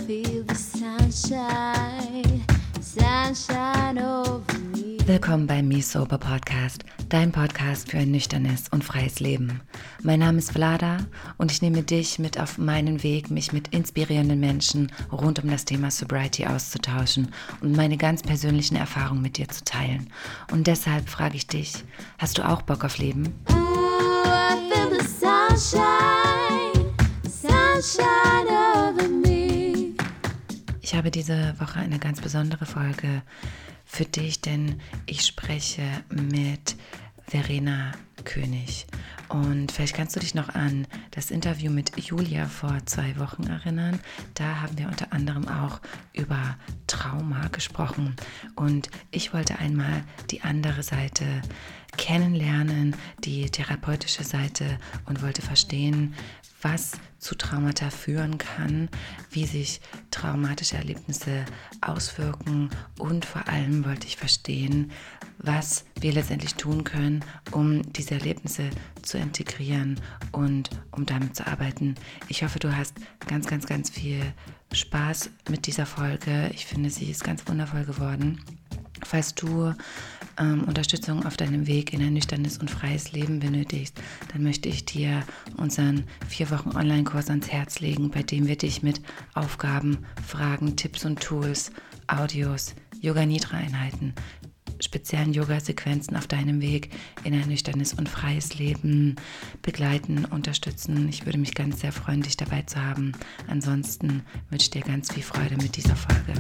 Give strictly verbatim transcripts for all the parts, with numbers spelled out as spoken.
feel the sunshine, sunshine over me. Willkommen beim Me Sober Podcast, dein Podcast für ein nüchternes und freies Leben. Mein Name ist Vlada und ich nehme dich mit auf meinen Weg, mich mit inspirierenden Menschen rund um das Thema Sobriety auszutauschen und meine ganz persönlichen Erfahrungen mit dir zu teilen. Und deshalb frage ich dich, hast du auch Bock auf Leben? Ooh, I feel the sunshine, sunshine over me. Ich habe diese Woche eine ganz besondere Folge für dich, denn ich spreche mit Verena König. Und vielleicht kannst du dich noch an das Interview mit Julia vor zwei Wochen erinnern. Da haben wir unter anderem auch über Trauma gesprochen. Und ich wollte einmal die andere Seite kennenlernen, die therapeutische Seite, und wollte verstehen, was zu Traumata führen kann, wie sich traumatische Erlebnisse auswirken, und vor allem wollte ich verstehen, was wir letztendlich tun können, um diese Erlebnisse zu integrieren und um damit zu arbeiten. Ich hoffe, du hast ganz, ganz, ganz viel Spaß mit dieser Folge. Ich finde, sie ist ganz wundervoll geworden. Falls du ähm, Unterstützung auf deinem Weg in ein nüchternes und freies Leben benötigst, dann möchte ich dir unseren vier Wochen Online-Kurs ans Herz legen, bei dem wir dich mit Aufgaben, Fragen, Tipps und Tools, Audios, Yoga-Nidra-Einheiten, speziellen Yoga-Sequenzen auf deinem Weg in ein nüchternes und freies Leben begleiten, unterstützen. Ich würde mich ganz sehr freuen, dich dabei zu haben. Ansonsten wünsche ich dir ganz viel Freude mit dieser Folge.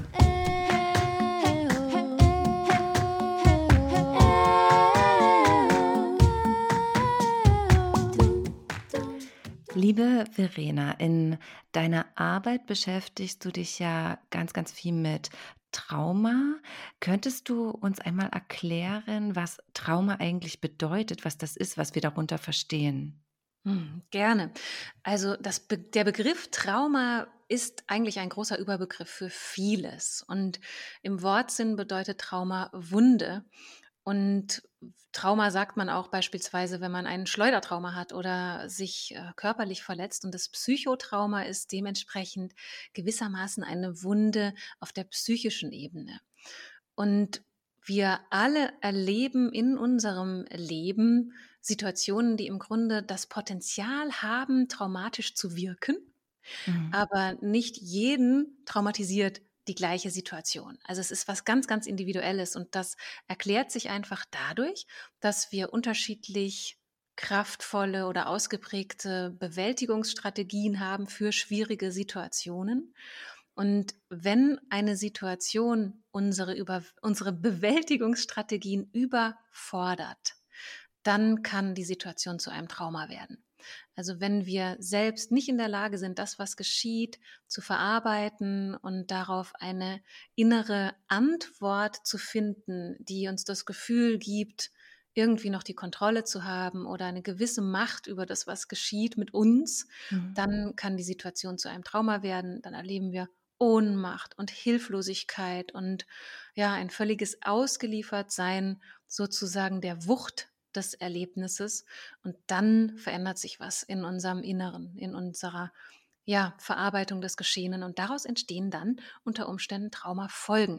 Liebe Verena, in deiner Arbeit beschäftigst du dich ja ganz, ganz viel mit Trauma. Könntest du uns einmal erklären, was Trauma eigentlich bedeutet, was das ist, was wir darunter verstehen? Hm, gerne. Also das Be der Begriff Trauma ist eigentlich ein großer Überbegriff für vieles. Und im Wortsinn bedeutet Trauma Wunde. Und Trauma sagt man auch beispielsweise, wenn man ein Schleudertrauma hat oder sich äh, körperlich verletzt. Und das Psychotrauma ist dementsprechend gewissermaßen eine Wunde auf der psychischen Ebene. Und wir alle erleben in unserem Leben Situationen, die im Grunde das Potenzial haben, traumatisch zu wirken, Mhm. aber nicht jeden traumatisiert die gleiche Situation. Also es ist was ganz, ganz Individuelles, und das erklärt sich einfach dadurch, dass wir unterschiedlich kraftvolle oder ausgeprägte Bewältigungsstrategien haben für schwierige Situationen. Und wenn eine Situation unsere, über, unsere Bewältigungsstrategien überfordert, dann kann die Situation zu einem Trauma werden. Also wenn wir selbst nicht in der Lage sind, das, was geschieht, zu verarbeiten und darauf eine innere Antwort zu finden, die uns das Gefühl gibt, irgendwie noch die Kontrolle zu haben oder eine gewisse Macht über das, was geschieht mit uns, Mhm. dann kann die Situation zu einem Trauma werden. Dann erleben wir Ohnmacht und Hilflosigkeit und ja, ein völliges Ausgeliefertsein sozusagen der Wucht des Erlebnisses. Und dann verändert sich was in unserem Inneren, in unserer ja, Verarbeitung des Geschehenen. Und daraus entstehen dann unter Umständen Traumafolgen.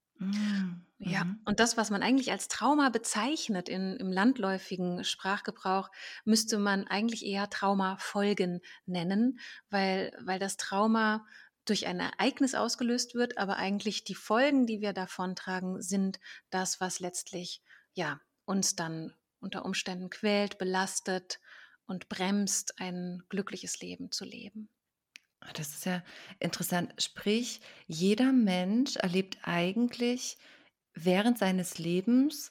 Mhm. Ja, Mhm. und das, was man eigentlich als Trauma bezeichnet in, im landläufigen Sprachgebrauch, müsste man eigentlich eher Traumafolgen nennen, weil, weil das Trauma durch ein Ereignis ausgelöst wird, aber eigentlich die Folgen, die wir davontragen, sind das, was letztlich ja, uns dann unter Umständen quält, belastet und bremst, ein glückliches Leben zu leben. Ah, das ist ja interessant. Sprich, jeder Mensch erlebt eigentlich während seines Lebens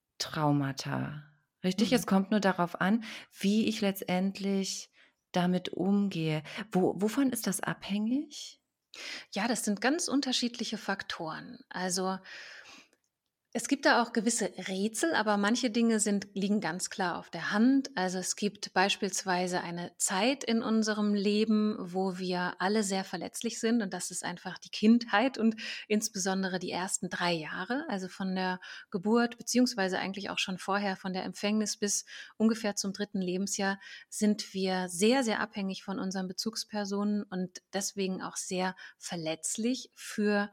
Traumata. Richtig? Mhm. Es kommt nur darauf an, wie ich letztendlich damit umgehe. Wo, wovon ist das abhängig? Ja, das sind ganz unterschiedliche Faktoren. Also Es gibt da auch gewisse Rätsel, aber manche Dinge sind liegen ganz klar auf der Hand. Also, es gibt beispielsweise eine Zeit in unserem Leben, wo wir alle sehr verletzlich sind und das ist einfach die Kindheit und insbesondere die ersten drei Jahre, also von der Geburt beziehungsweise eigentlich auch schon vorher von der Empfängnis bis ungefähr zum dritten Lebensjahr sind wir sehr, sehr abhängig von unseren Bezugspersonen und deswegen auch sehr verletzlich für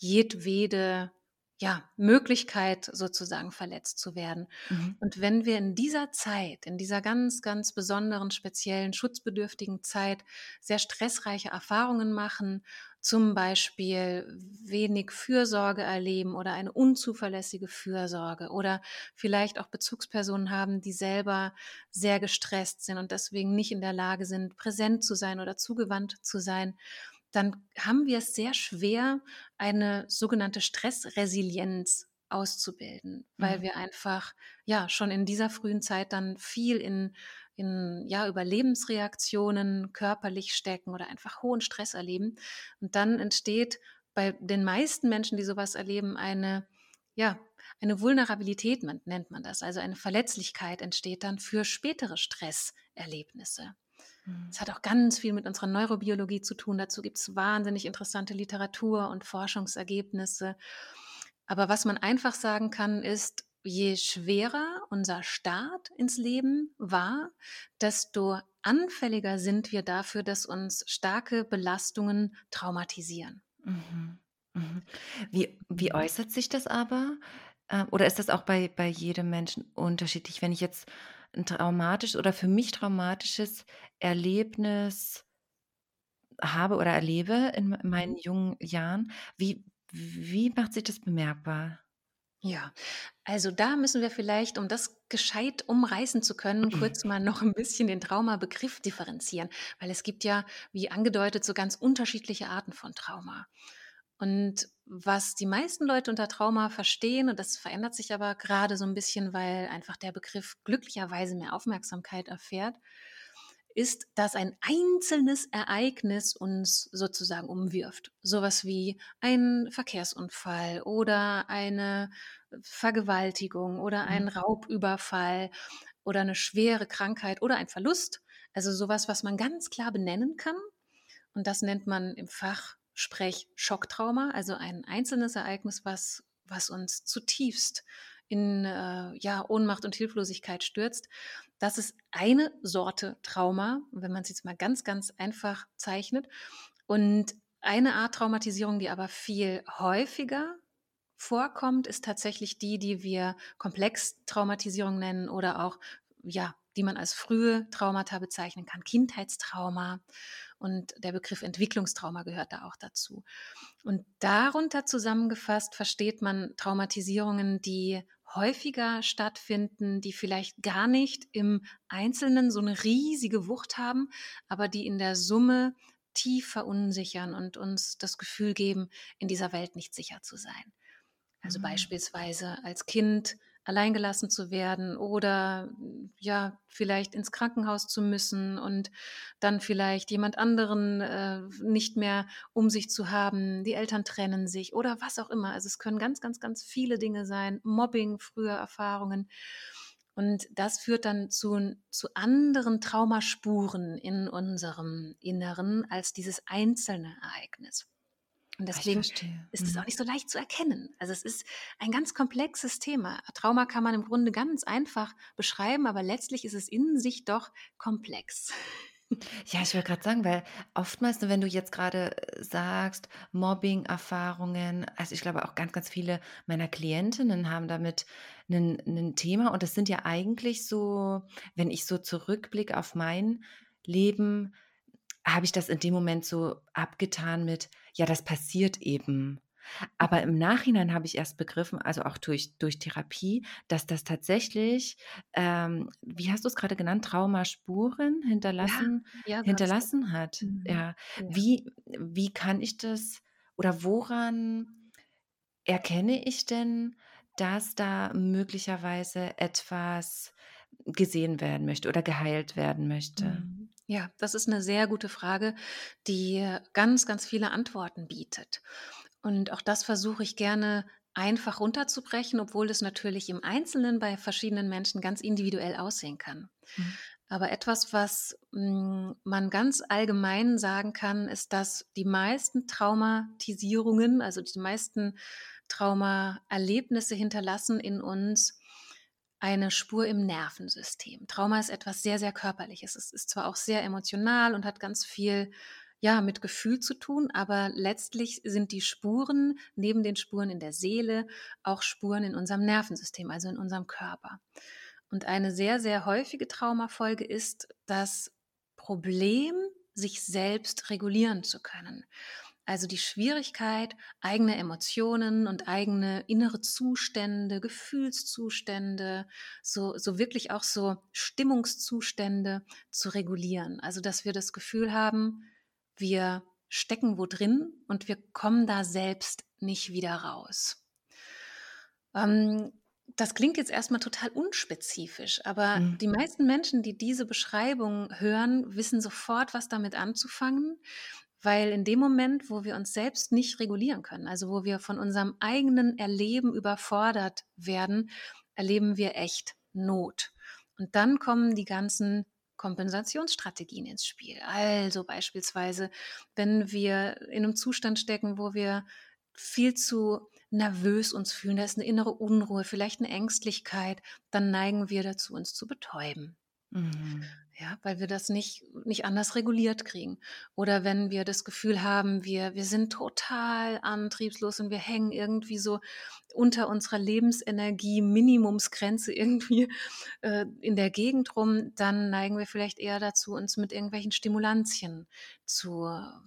jedwede ja, Möglichkeit sozusagen verletzt zu werden. Mhm. Und wenn wir in dieser Zeit, in dieser ganz, ganz besonderen, speziellen, schutzbedürftigen Zeit sehr stressreiche Erfahrungen machen, zum Beispiel wenig Fürsorge erleben oder eine unzuverlässige Fürsorge oder vielleicht auch Bezugspersonen haben, die selber sehr gestresst sind und deswegen nicht in der Lage sind, präsent zu sein oder zugewandt zu sein, dann haben wir es sehr schwer, eine sogenannte Stressresilienz auszubilden, weil Mhm. wir einfach ja schon in dieser frühen Zeit dann viel in, in ja, Überlebensreaktionen körperlich stecken oder einfach hohen Stress erleben. Und dann entsteht bei den meisten Menschen, die sowas erleben, eine, ja, eine Vulnerabilität man- nennt man das. Also eine Verletzlichkeit entsteht dann für spätere Stresserlebnisse. Mhm. Es hat auch ganz viel mit unserer Neurobiologie zu tun. Dazu gibt es wahnsinnig interessante Literatur und Forschungsergebnisse. Aber was man einfach sagen kann, ist, je schwerer unser Start ins Leben war, desto anfälliger sind wir dafür, dass uns starke Belastungen traumatisieren. Mhm. Mhm. Wie wie Mhm. äußert sich das aber? Ähm, oder ist das auch bei bei jedem Menschen unterschiedlich? Wenn ich jetzt 'n traumatisch oder für mich traumatisches Erlebnis habe oder erlebe in m Mhm. meinen jungen Jahren, wie wie macht sich das bemerkbar? Ja, also da müssen wir vielleicht, um das gescheit umreißen zu können, kurz mal noch ein bisschen den Traumabegriff differenzieren, weil es gibt ja, wie angedeutet, so ganz unterschiedliche Arten von Trauma. Und was die meisten Leute unter Trauma verstehen, und das verändert sich aber gerade so ein bisschen, weil einfach der Begriff glücklicherweise mehr Aufmerksamkeit erfährt, ist, dass ein einzelnes Ereignis uns sozusagen umwirft. Sowas wie ein Verkehrsunfall oder eine Vergewaltigung oder Mhm. ein Raubüberfall oder eine schwere Krankheit oder ein Verlust. Also sowas, was man ganz klar benennen kann. Und das nennt man im Fachsprech Schocktrauma, also ein einzelnes Ereignis, was, was uns zutiefst in äh, ja, Ohnmacht und Hilflosigkeit stürzt. Das ist eine Sorte Trauma, wenn man es jetzt mal ganz, ganz einfach zeichnet. Und eine Art Traumatisierung, die aber viel häufiger vorkommt, ist tatsächlich die, die wir Komplextraumatisierung nennen oder auch, ja, die man als frühe Traumata bezeichnen kann, Kindheitstrauma. Und der Begriff Entwicklungstrauma gehört da auch dazu. Und darunter zusammengefasst versteht man Traumatisierungen, die häufiger stattfinden, die vielleicht gar nicht im Einzelnen so eine riesige Wucht haben, aber die in der Summe tief verunsichern und uns das Gefühl geben, in dieser Welt nicht sicher zu sein. Also Mhm. beispielsweise als Kind alleingelassen zu werden oder ja, vielleicht ins Krankenhaus zu müssen und dann vielleicht jemand anderen äh, nicht mehr um sich zu haben, die Eltern trennen sich oder was auch immer. Also es können ganz, ganz, ganz viele Dinge sein, Mobbing, frühe Erfahrungen. Und das führt dann zu, zu anderen Traumaspuren in unserem Inneren als dieses einzelne Ereignis. Und Ah, ich deswegen verstehe. ist es auch Mhm. nicht so leicht zu erkennen. Also es ist ein ganz komplexes Thema. Trauma kann man im Grunde ganz einfach beschreiben, aber letztlich ist es in sich doch komplex. Ja, ich wollte gerade sagen, weil oftmals, ne, wenn du jetzt gerade äh, sagst, Mobbing-Erfahrungen, also ich glaube auch ganz, ganz viele meiner Klientinnen haben damit ein 'nen Thema und das sind ja eigentlich so, wenn ich so zurückblicke auf mein Leben, habe ich das in dem Moment so abgetan mit: „Ja, das passiert eben.“ Aber im Nachhinein habe ich erst begriffen, also auch durch durch Therapie, dass das tatsächlich, ähm, wie hast du es gerade genannt, Traumaspuren Ja, hinterlassen ja, so habe ich's hinterlassen genannt. hat. Mhm. Ja. Ja. Wie wie kann ich das oder woran erkenne ich denn, dass da möglicherweise etwas gesehen werden möchte oder geheilt werden möchte? Mhm. Ja, das ist eine sehr gute Frage, die ganz, ganz viele Antworten bietet. Und auch das versuche ich gerne einfach runterzubrechen, obwohl das natürlich im Einzelnen bei verschiedenen Menschen ganz individuell aussehen kann. Mhm. Aber etwas, was mh, man ganz allgemein sagen kann, ist, dass die meisten Traumatisierungen, also die meisten Traumaerlebnisse hinterlassen in uns eine Spur im Nervensystem. Trauma ist etwas sehr, sehr Körperliches. Es ist zwar auch sehr emotional und hat ganz viel ja, mit Gefühl zu tun, aber letztlich sind die Spuren neben den Spuren in der Seele auch Spuren in unserem Nervensystem, also in unserem Körper. Und eine sehr, sehr häufige Traumafolge ist das Problem, sich selbst regulieren zu können. Also die Schwierigkeit, eigene Emotionen und eigene innere Zustände, Gefühlszustände, so, so wirklich auch so Stimmungszustände zu regulieren. Also dass wir das Gefühl haben, wir stecken wo drin und wir kommen da selbst nicht wieder raus. Ähm, das klingt jetzt erstmal total unspezifisch, aber Mhm. die meisten Menschen, die diese Beschreibung hören, wissen sofort, was damit anzufangen, weil in dem Moment, wo wir uns selbst nicht regulieren können, also wo wir von unserem eigenen Erleben überfordert werden, erleben wir echt Not. Und dann kommen die ganzen Kompensationsstrategien ins Spiel. Also beispielsweise, wenn wir in einem Zustand stecken, wo wir viel zu nervös uns fühlen, da ist eine innere Unruhe, vielleicht eine Ängstlichkeit, dann neigen wir dazu, uns zu betäuben. Mhm. Ja, weil wir das nicht, nicht anders reguliert kriegen. Oder wenn wir das Gefühl haben, wir, wir sind total antriebslos und wir hängen irgendwie so unter unserer Lebensenergie, Minimumsgrenze irgendwie äh, in der Gegend rum, dann neigen wir vielleicht eher dazu, uns mit irgendwelchen Stimulantien zu,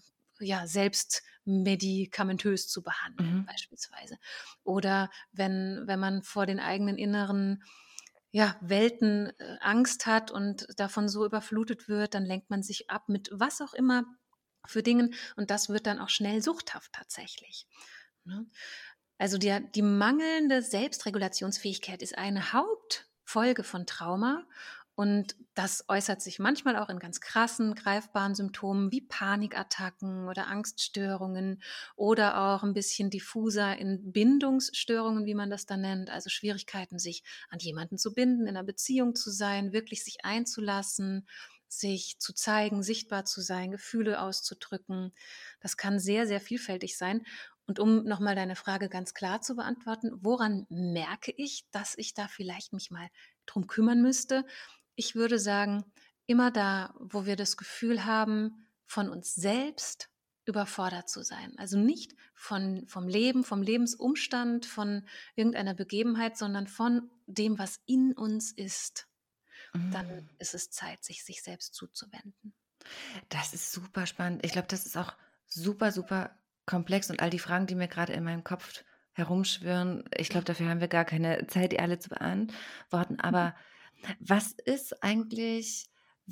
ja, selbst medikamentös zu behandeln, Mhm. beispielsweise. Oder wenn, wenn man vor den eigenen inneren ja, Welten äh, Angst hat und davon so überflutet wird, dann lenkt man sich ab mit was auch immer für Dingen und das wird dann auch schnell suchthaft tatsächlich. Ne? Also die, die mangelnde Selbstregulationsfähigkeit ist eine Hauptfolge von Trauma und das äußert sich manchmal auch in ganz krassen, greifbaren Symptomen wie Panikattacken oder Angststörungen oder auch ein bisschen diffuser in Bindungsstörungen, wie man das dann nennt, also Schwierigkeiten, sich an jemanden zu binden, in einer Beziehung zu sein, wirklich sich einzulassen, sich zu zeigen, sichtbar zu sein, Gefühle auszudrücken. Das kann sehr, sehr vielfältig sein. Und um nochmal deine Frage ganz klar zu beantworten, woran merke ich, dass ich da vielleicht mich mal drum kümmern müsste? Ich würde sagen, immer da, wo wir das Gefühl haben, von uns selbst überfordert zu sein. Also nicht von, vom Leben, vom Lebensumstand, von irgendeiner Begebenheit, sondern von dem, was in uns ist. Dann Mhm. ist es Zeit, sich sich selbst zuzuwenden. Das ist super spannend. Ich glaube, das ist auch super, super komplex und all die Fragen, die mir gerade in meinem Kopf herumschwirren, ich glaube, dafür haben wir gar keine Zeit, die alle zu beantworten. Aber was ist eigentlich,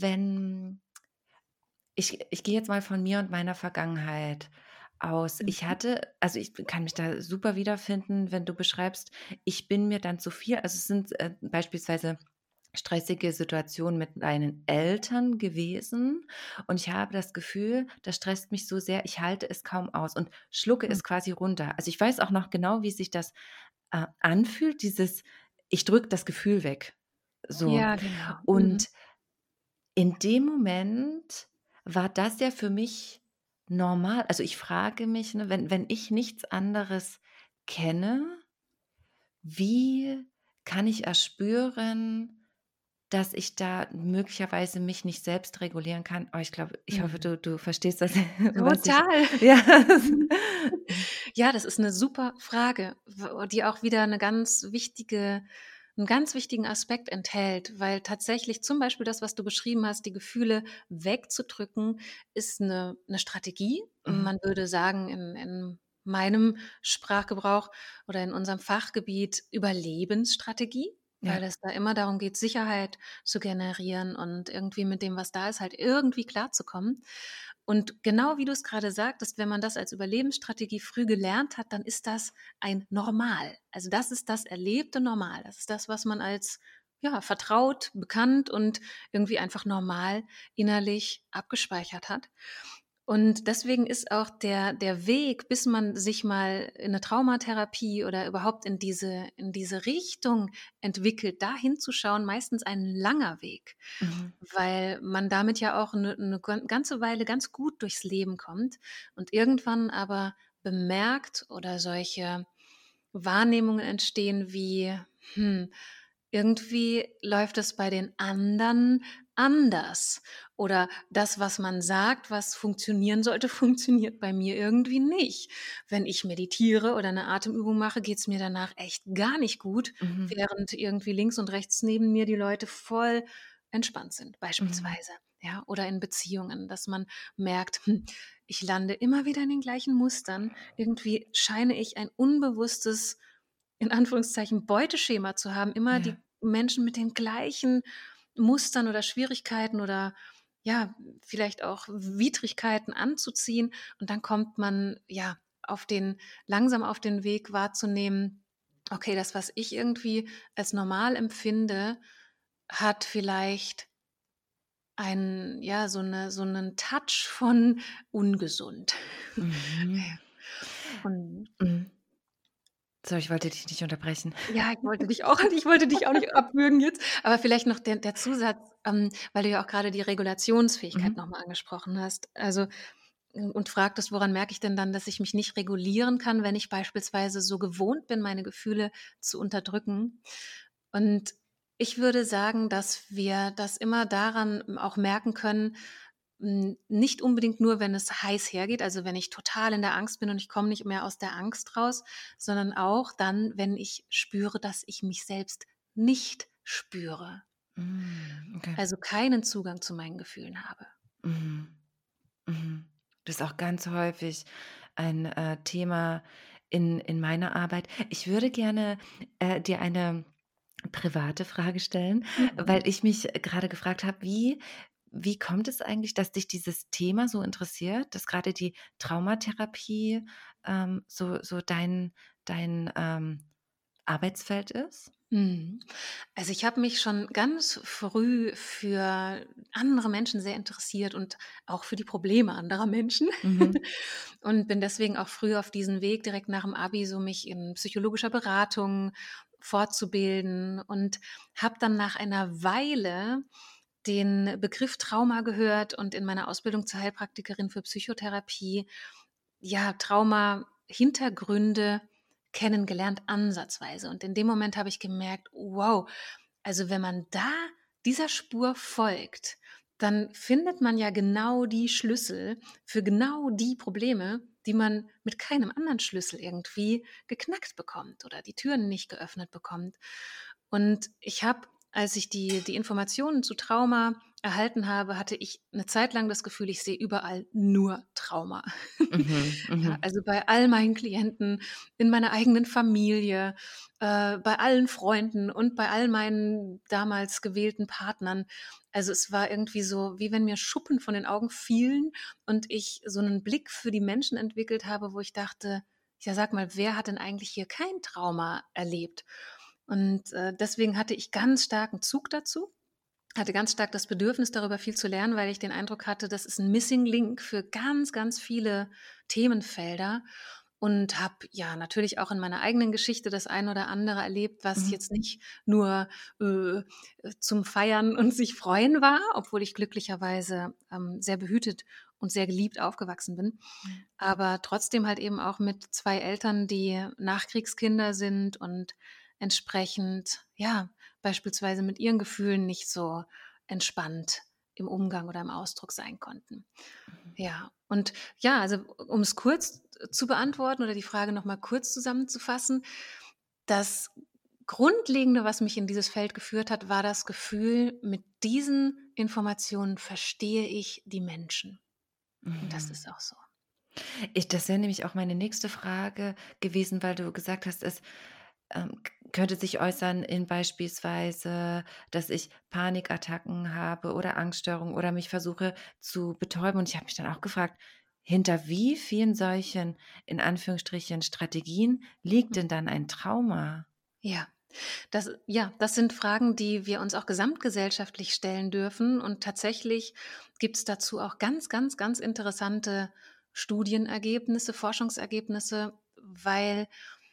wenn ich, ich gehe jetzt mal von mir und meiner Vergangenheit aus. Ich Mhm. hatte, also ich kann mich da super wiederfinden, wenn du beschreibst, ich bin mir dann zu viel. Also es sind äh, beispielsweise stressige Situationen mit meinen Eltern gewesen und ich habe das Gefühl, das stresst mich so sehr, ich halte es kaum aus und schlucke Mhm. es quasi runter. Also ich weiß auch noch genau, wie sich das äh, anfühlt, dieses, ich drücke das Gefühl weg. So. Ja, genau. Mhm. Und in dem Moment war das ja für mich normal. Also, ich frage mich, ne, wenn wenn ich nichts anderes kenne, wie kann ich erspüren, dass ich da möglicherweise mich nicht selbst regulieren kann? Oh, ich glaube, ich hoffe, Mhm. du du verstehst das, was ich Total. ja. Mhm. Ja, das ist eine super Frage, w die auch wieder eine ganz wichtige 'n ganz wichtigen Aspekt enthält, weil tatsächlich zum Beispiel das, was du beschrieben hast, die Gefühle wegzudrücken, ist eine 'ne Strategie. Mhm. Man würde sagen, in in meinem Sprachgebrauch oder in unserem Fachgebiet Überlebensstrategie, weil Ja. es da immer darum geht, Sicherheit zu generieren und irgendwie mit dem, was da ist, halt irgendwie klarzukommen. Und genau wie du es gerade sagtest, wenn man das als Überlebensstrategie früh gelernt hat, dann ist das ein Normal. Also das ist das erlebte Normal. Das ist das, was man als ja, vertraut, bekannt und irgendwie einfach normal innerlich abgespeichert hat. Und deswegen ist auch der der Weg, bis man sich mal in 'ne Traumatherapie oder überhaupt in diese in diese Richtung entwickelt, da hinzuschauen, meistens ein langer Weg, Mhm. weil man damit ja auch 'ne 'ne gan ganze Weile ganz gut durchs Leben kommt und irgendwann aber bemerkt oder solche Wahrnehmungen entstehen wie: „Hm, irgendwie läuft es bei den anderen anders." Oder das, was man sagt, was funktionieren sollte, funktioniert bei mir irgendwie nicht. Wenn ich meditiere oder 'ne Atemübung mache, geht's mir danach echt gar nicht gut, Mhm. während irgendwie links und rechts neben mir die Leute voll entspannt sind, Mhm. beispielsweise, ja? Oder in Beziehungen, dass man merkt: „Hm, ich lande immer wieder in den gleichen Mustern. Irgendwie scheine ich ein unbewusstes, in Anführungszeichen, Beuteschema zu haben, immer Ja. die Menschen mit den gleichen Mustern oder Schwierigkeiten oder, ja, vielleicht auch Widrigkeiten anzuziehen." Und dann kommt man, ja, auf den langsam auf den Weg wahrzunehmen: „Okay, das, was ich irgendwie als normal empfinde, hat vielleicht einen ja, so 'ne so 'nen Touch von ungesund." Mhm. Ja. Und Mhm. So, ich wollte dich nicht unterbrechen. Ja, ich wollte dich auch ich wollte dich auch nicht abwürgen jetzt, aber vielleicht noch der der Zusatz, ähm, weil du ja auch grade die Regulationsfähigkeit Mhm. noch mal angesprochen hast. Also, hm, und fragtest: „Woran merke ich denn dann, dass ich mich nicht regulieren kann, wenn ich beispielsweise so gewohnt bin, meine Gefühle zu unterdrücken?" Und ich würde sagen, dass wir das immer daran, hm, auch merken können, hm, nicht unbedingt nur, wenn es heiß hergeht, also wenn ich total in der Angst bin und ich komme nicht mehr aus der Angst raus, sondern auch dann, wenn ich spüre, dass ich mich selbst nicht spüre. Hm, okay. Also keinen Zugang zu meinen Gefühlen habe. Mhm. Mhm. Das ist auch ganz häufig ein, äh, Thema in in meiner Arbeit. Ich würde gerne, äh, dir eine private Frage stellen, Mhm. weil ich mich grade gefragt habe, wie wie kommt es eigentlich, dass dich dieses Thema so interessiert, dass grade die Traumatherapie, ähm, so so dein dein, ähm, Arbeitsfeld ist? Mhm. Also, ich habe mich schon ganz früh für andere Menschen sehr interessiert und auch für die Probleme anderer Menschen Mhm. und bin deswegen auch früh auf diesen Weg direkt nach'm Abi so mich in psychologischer Beratung fortzubilden und habe dann nach einer Weile den Begriff Trauma gehört und in meiner Ausbildung zur Heilpraktikerin für Psychotherapie, ja, Trauma-Hintergründe kennengelernt ansatzweise. Und in dem Moment habe ich gemerkt: „Wow, also wenn man da dieser Spur folgt, dann findet man ja genau die Schlüssel für genau die Probleme, die man mit keinem anderen Schlüssel irgendwie geknackt bekommt oder die Türen nicht geöffnet bekommt." Und ich habe, als ich die die Informationen zu Trauma erhalten habe, hatte ich 'ne Zeit lang das Gefühl, ich sehe überall nur Trauma. Mhm, Ja, mhm. also bei all meinen Klienten, in meiner eigenen Familie, äh, bei allen Freunden und bei all meinen damals gewählten Partnern. Also, es war irgendwie so, wie wenn mir Schuppen von den Augen fielen und ich so 'nen Blick für die Menschen entwickelt habe, wo ich dachte: „Ja, sag mal, wer hat denn eigentlich hier kein Trauma erlebt?" Und, äh, deswegen hatte ich ganz starken Zug dazu, hatte ganz stark das Bedürfnis, darüber viel zu lernen, weil ich den Eindruck hatte, das ist 'n Missing Link für ganz, ganz viele Themenfelder und habe, ja, natürlich auch in meiner eigenen Geschichte das ein oder andere erlebt, was Mhm. jetzt nicht nur, äh, zum Feiern und sich freuen war, obwohl ich glücklicherweise, ähm, sehr behütet und sehr geliebt aufgewachsen bin, Ja. aber trotzdem halt eben auch mit zwei Eltern, die Nachkriegskinder sind und entsprechend, ja, beispielsweise mit ihren Gefühlen nicht so entspannt im Umgang oder im Ausdruck sein konnten. Mhm. Ja, und ja, also um's kurz zu beantworten oder die Frage noch mal kurz zusammenzufassen, das Grundlegende, was mich in dieses Feld geführt hat, war das Gefühl, mit diesen Informationen verstehe ich die Menschen. Und das Mhm. ist auch so. Ich das wäre nämlich auch meine nächste Frage gewesen, weil du gesagt hast, es, ähm, k könnte sich äußern in beispielsweise, dass ich Panikattacken habe oder Angststörungen oder mich versuche zu betäuben. Und ich habe mich dann auch gefragt: „Hinter wie vielen solchen, in Anführungsstrichen, Strategien liegt Hm. denn dann ein Trauma?“ Ja. Das, ja, das sind Fragen, die wir uns auch gesamtgesellschaftlich stellen dürfen. Und tatsächlich gibt es dazu auch ganz, ganz, ganz interessante Studienergebnisse, Forschungsergebnisse, weil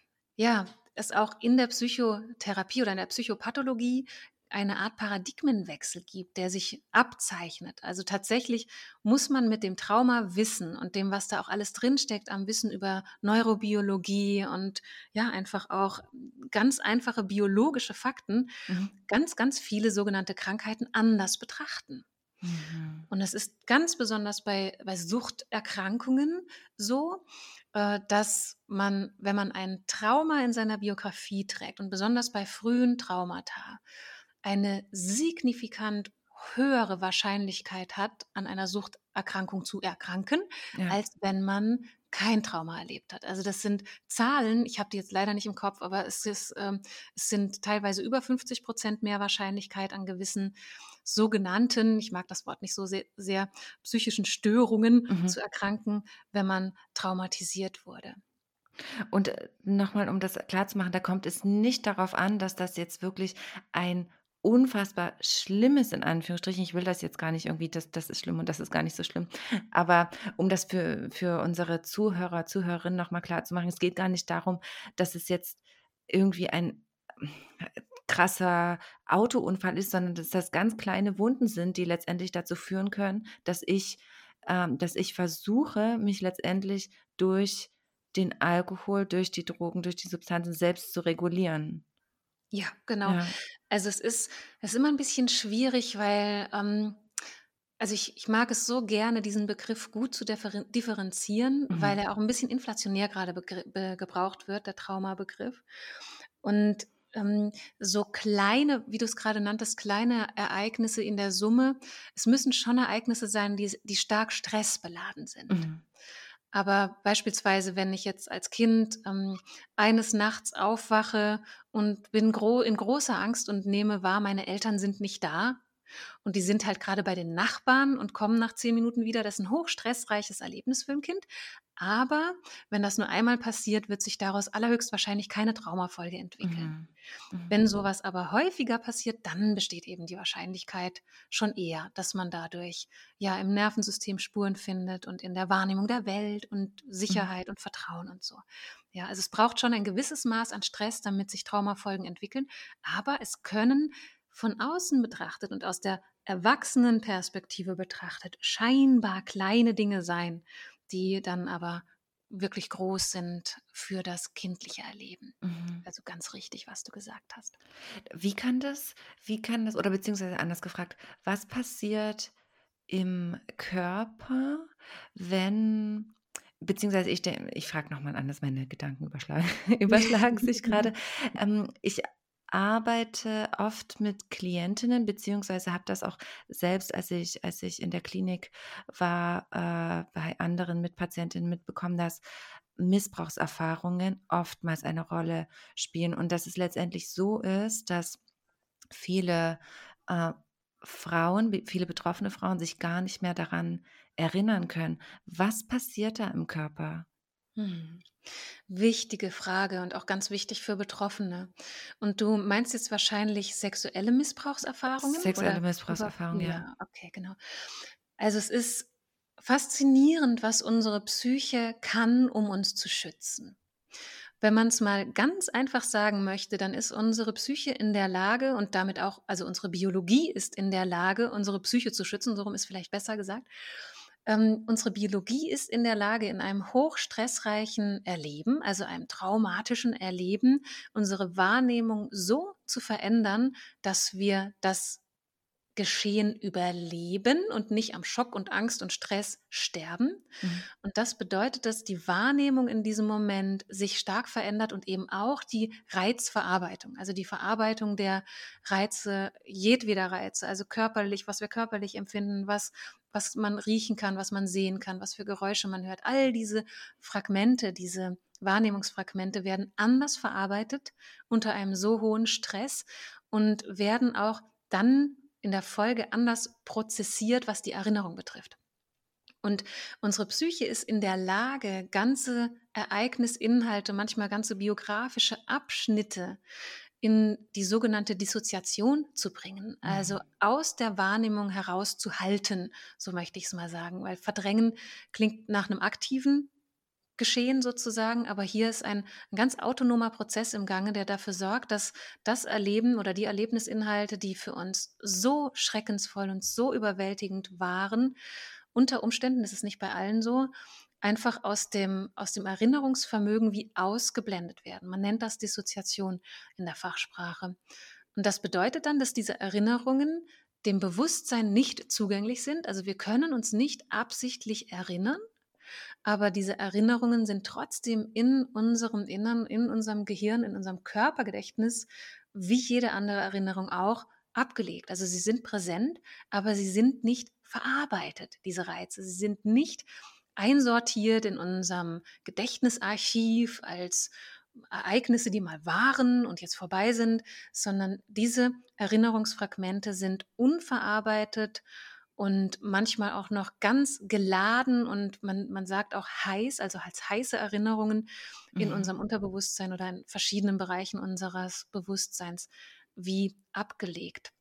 ja, es auch in der Psychotherapie oder in der Psychopathologie eine Art Paradigmenwechsel gibt, der sich abzeichnet. Also tatsächlich muss man mit dem Trauma wissen und dem, was da auch alles drinsteckt, am Wissen über Neurobiologie und ja, einfach auch ganz einfache biologische Fakten, Mhm. ganz, ganz viele sogenannte Krankheiten anders betrachten. Mhm. Und es ist ganz besonders bei, bei Suchterkrankungen so, äh, dass man, wenn man ein Trauma in seiner Biografie trägt und besonders bei frühen Traumata, eine signifikant höhere Wahrscheinlichkeit hat, an einer Suchterkrankung zu erkranken, Ja. als wenn man kein Trauma erlebt hat. Also das sind Zahlen, ich habe die jetzt leider nicht im Kopf, aber es, ist, ähm, es sind teilweise über fünfzig Prozent mehr Wahrscheinlichkeit an gewissen sogenannten, ich mag das Wort nicht so sehr, sehr psychischen Störungen Mhm. zu erkranken, wenn man traumatisiert wurde. Und äh, nochmal, um das klarzumachen, da kommt es nicht darauf an, dass das jetzt wirklich ein unfassbar schlimmes, in Anführungsstrichen, ich will das jetzt gar nicht irgendwie, das, das ist schlimm und das ist gar nicht so schlimm, aber um das für, für unsere Zuhörer, Zuhörerinnen nochmal klar zu machen, es geht gar nicht darum, dass es jetzt irgendwie ein äh, krasser Autounfall ist, sondern dass das ganz kleine Wunden sind, die letztendlich dazu führen können, dass ich, ähm, dass ich versuche, mich letztendlich durch den Alkohol, durch die Drogen, durch die Substanzen selbst zu regulieren. Ja, genau. Ja. Also es ist, es ist immer ein bisschen schwierig, weil, ähm, also ich, ich mag es so gerne, diesen Begriff gut zu differen- differenzieren, weil Mhm. er auch ein bisschen inflationär gerade begr- be gebraucht wird, der Traumabegriff. Und ähm, so kleine, wie du es gerade nanntest, kleine Ereignisse in der Summe, es müssen schon Ereignisse sein, die, die stark stressbeladen sind. Mhm. Aber beispielsweise, wenn ich jetzt als Kind ähm, eines Nachts aufwache und bin gro in großer Angst und nehme wahr, meine Eltern sind nicht da und die sind halt gerade bei den Nachbarn und kommen nach zehn Minuten wieder, das ist ein hochstressreiches Erlebnis für ein Kind. Aber wenn das nur einmal passiert, wird sich daraus allerhöchstwahrscheinlich keine Traumafolge entwickeln. Mhm. Mhm. Wenn sowas aber häufiger passiert, dann besteht eben die Wahrscheinlichkeit schon eher, dass man dadurch ja im Nervensystem Spuren findet und in der Wahrnehmung der Welt und Mhm. Sicherheit und Vertrauen und so. Ja, also es braucht schon ein gewisses Maß an Stress, damit sich Traumafolgen entwickeln, aber es können von außen betrachtet und aus der Erwachsenenperspektive betrachtet scheinbar kleine Dinge sein, die dann aber wirklich groß sind für das kindliche Erleben. Mhm. Also ganz richtig, was du gesagt hast. Wie kann das wie kann das oder beziehungsweise anders gefragt, was passiert im Körper, wenn beziehungsweise ich denke, ich frage noch mal anders, meine Gedanken überschlagen überschlagen sich gerade. Ähm, ich arbeite oft mit Klientinnen, beziehungsweise habe das auch selbst, als ich als ich in der Klinik war, äh, bei anderen Mitpatientinnen mitbekommen, dass Missbrauchserfahrungen oftmals eine Rolle spielen und dass es letztendlich so ist, dass viele, äh, Frauen, be viele betroffene Frauen sich gar nicht mehr daran erinnern können. Was passiert da im Körper? Hm. Wichtige Frage und auch ganz wichtig für Betroffene. Und du meinst jetzt wahrscheinlich sexuelle Missbrauchserfahrungen Sexuelle oder über Missbrauchserfahrung, ja. ja, okay, genau. Also es ist faszinierend, was unsere Psyche kann, um uns zu schützen. Wenn man es mal ganz einfach sagen möchte, dann ist unsere Psyche in der Lage und damit auch, also unsere Biologie ist in der Lage, unsere Psyche zu schützen, so rum ist vielleicht besser gesagt. Ähm, unsere Biologie ist in der Lage, in einem hochstressreichen Erleben, also einem traumatischen Erleben, unsere Wahrnehmung so zu verändern, dass wir das Geschehen überleben und nicht am Schock und Angst und Stress sterben. Mhm. Und das bedeutet, dass die Wahrnehmung in diesem Moment sich stark verändert und eben auch die Reizverarbeitung, also die Verarbeitung der Reize, jedweder Reize, also körperlich, was wir körperlich empfinden, was, was man riechen kann, was man sehen kann, was für Geräusche man hört. All diese Fragmente, diese Wahrnehmungsfragmente werden anders verarbeitet unter einem so hohen Stress und werden auch dann in der Folge anders prozessiert, was die Erinnerung betrifft. Und unsere Psyche ist in der Lage, ganze Ereignisinhalte, manchmal ganze biografische Abschnitte in die sogenannte Dissoziation zu bringen, also Mhm. aus der Wahrnehmung herauszuhalten, so möchte ich es mal sagen, weil verdrängen klingt nach einem aktiven Geschehen sozusagen, aber hier ist ein, ein ganz autonomer Prozess im Gange, der dafür sorgt, dass das Erleben oder die Erlebnisinhalte, die für uns so schreckensvoll und so überwältigend waren, unter Umständen, das ist nicht bei allen so, einfach aus dem, aus dem Erinnerungsvermögen wie ausgeblendet werden. Man nennt das Dissoziation in der Fachsprache. Und das bedeutet dann, dass diese Erinnerungen dem Bewusstsein nicht zugänglich sind. Also wir können uns nicht absichtlich erinnern, aber diese Erinnerungen sind trotzdem in unserem Innern, in unserem Gehirn, in unserem Körpergedächtnis, wie jede andere Erinnerung auch, abgelegt. Also sie sind präsent, aber sie sind nicht verarbeitet, diese Reize. Sie sind nicht einsortiert in unserem Gedächtnisarchiv als Ereignisse, die mal waren und jetzt vorbei sind, sondern diese Erinnerungsfragmente sind unverarbeitet und manchmal auch noch ganz geladen und man, man sagt auch heiß, also als heiße Erinnerungen in Mhm. unserem Unterbewusstsein oder in verschiedenen Bereichen unseres Bewusstseins wie abgelegt.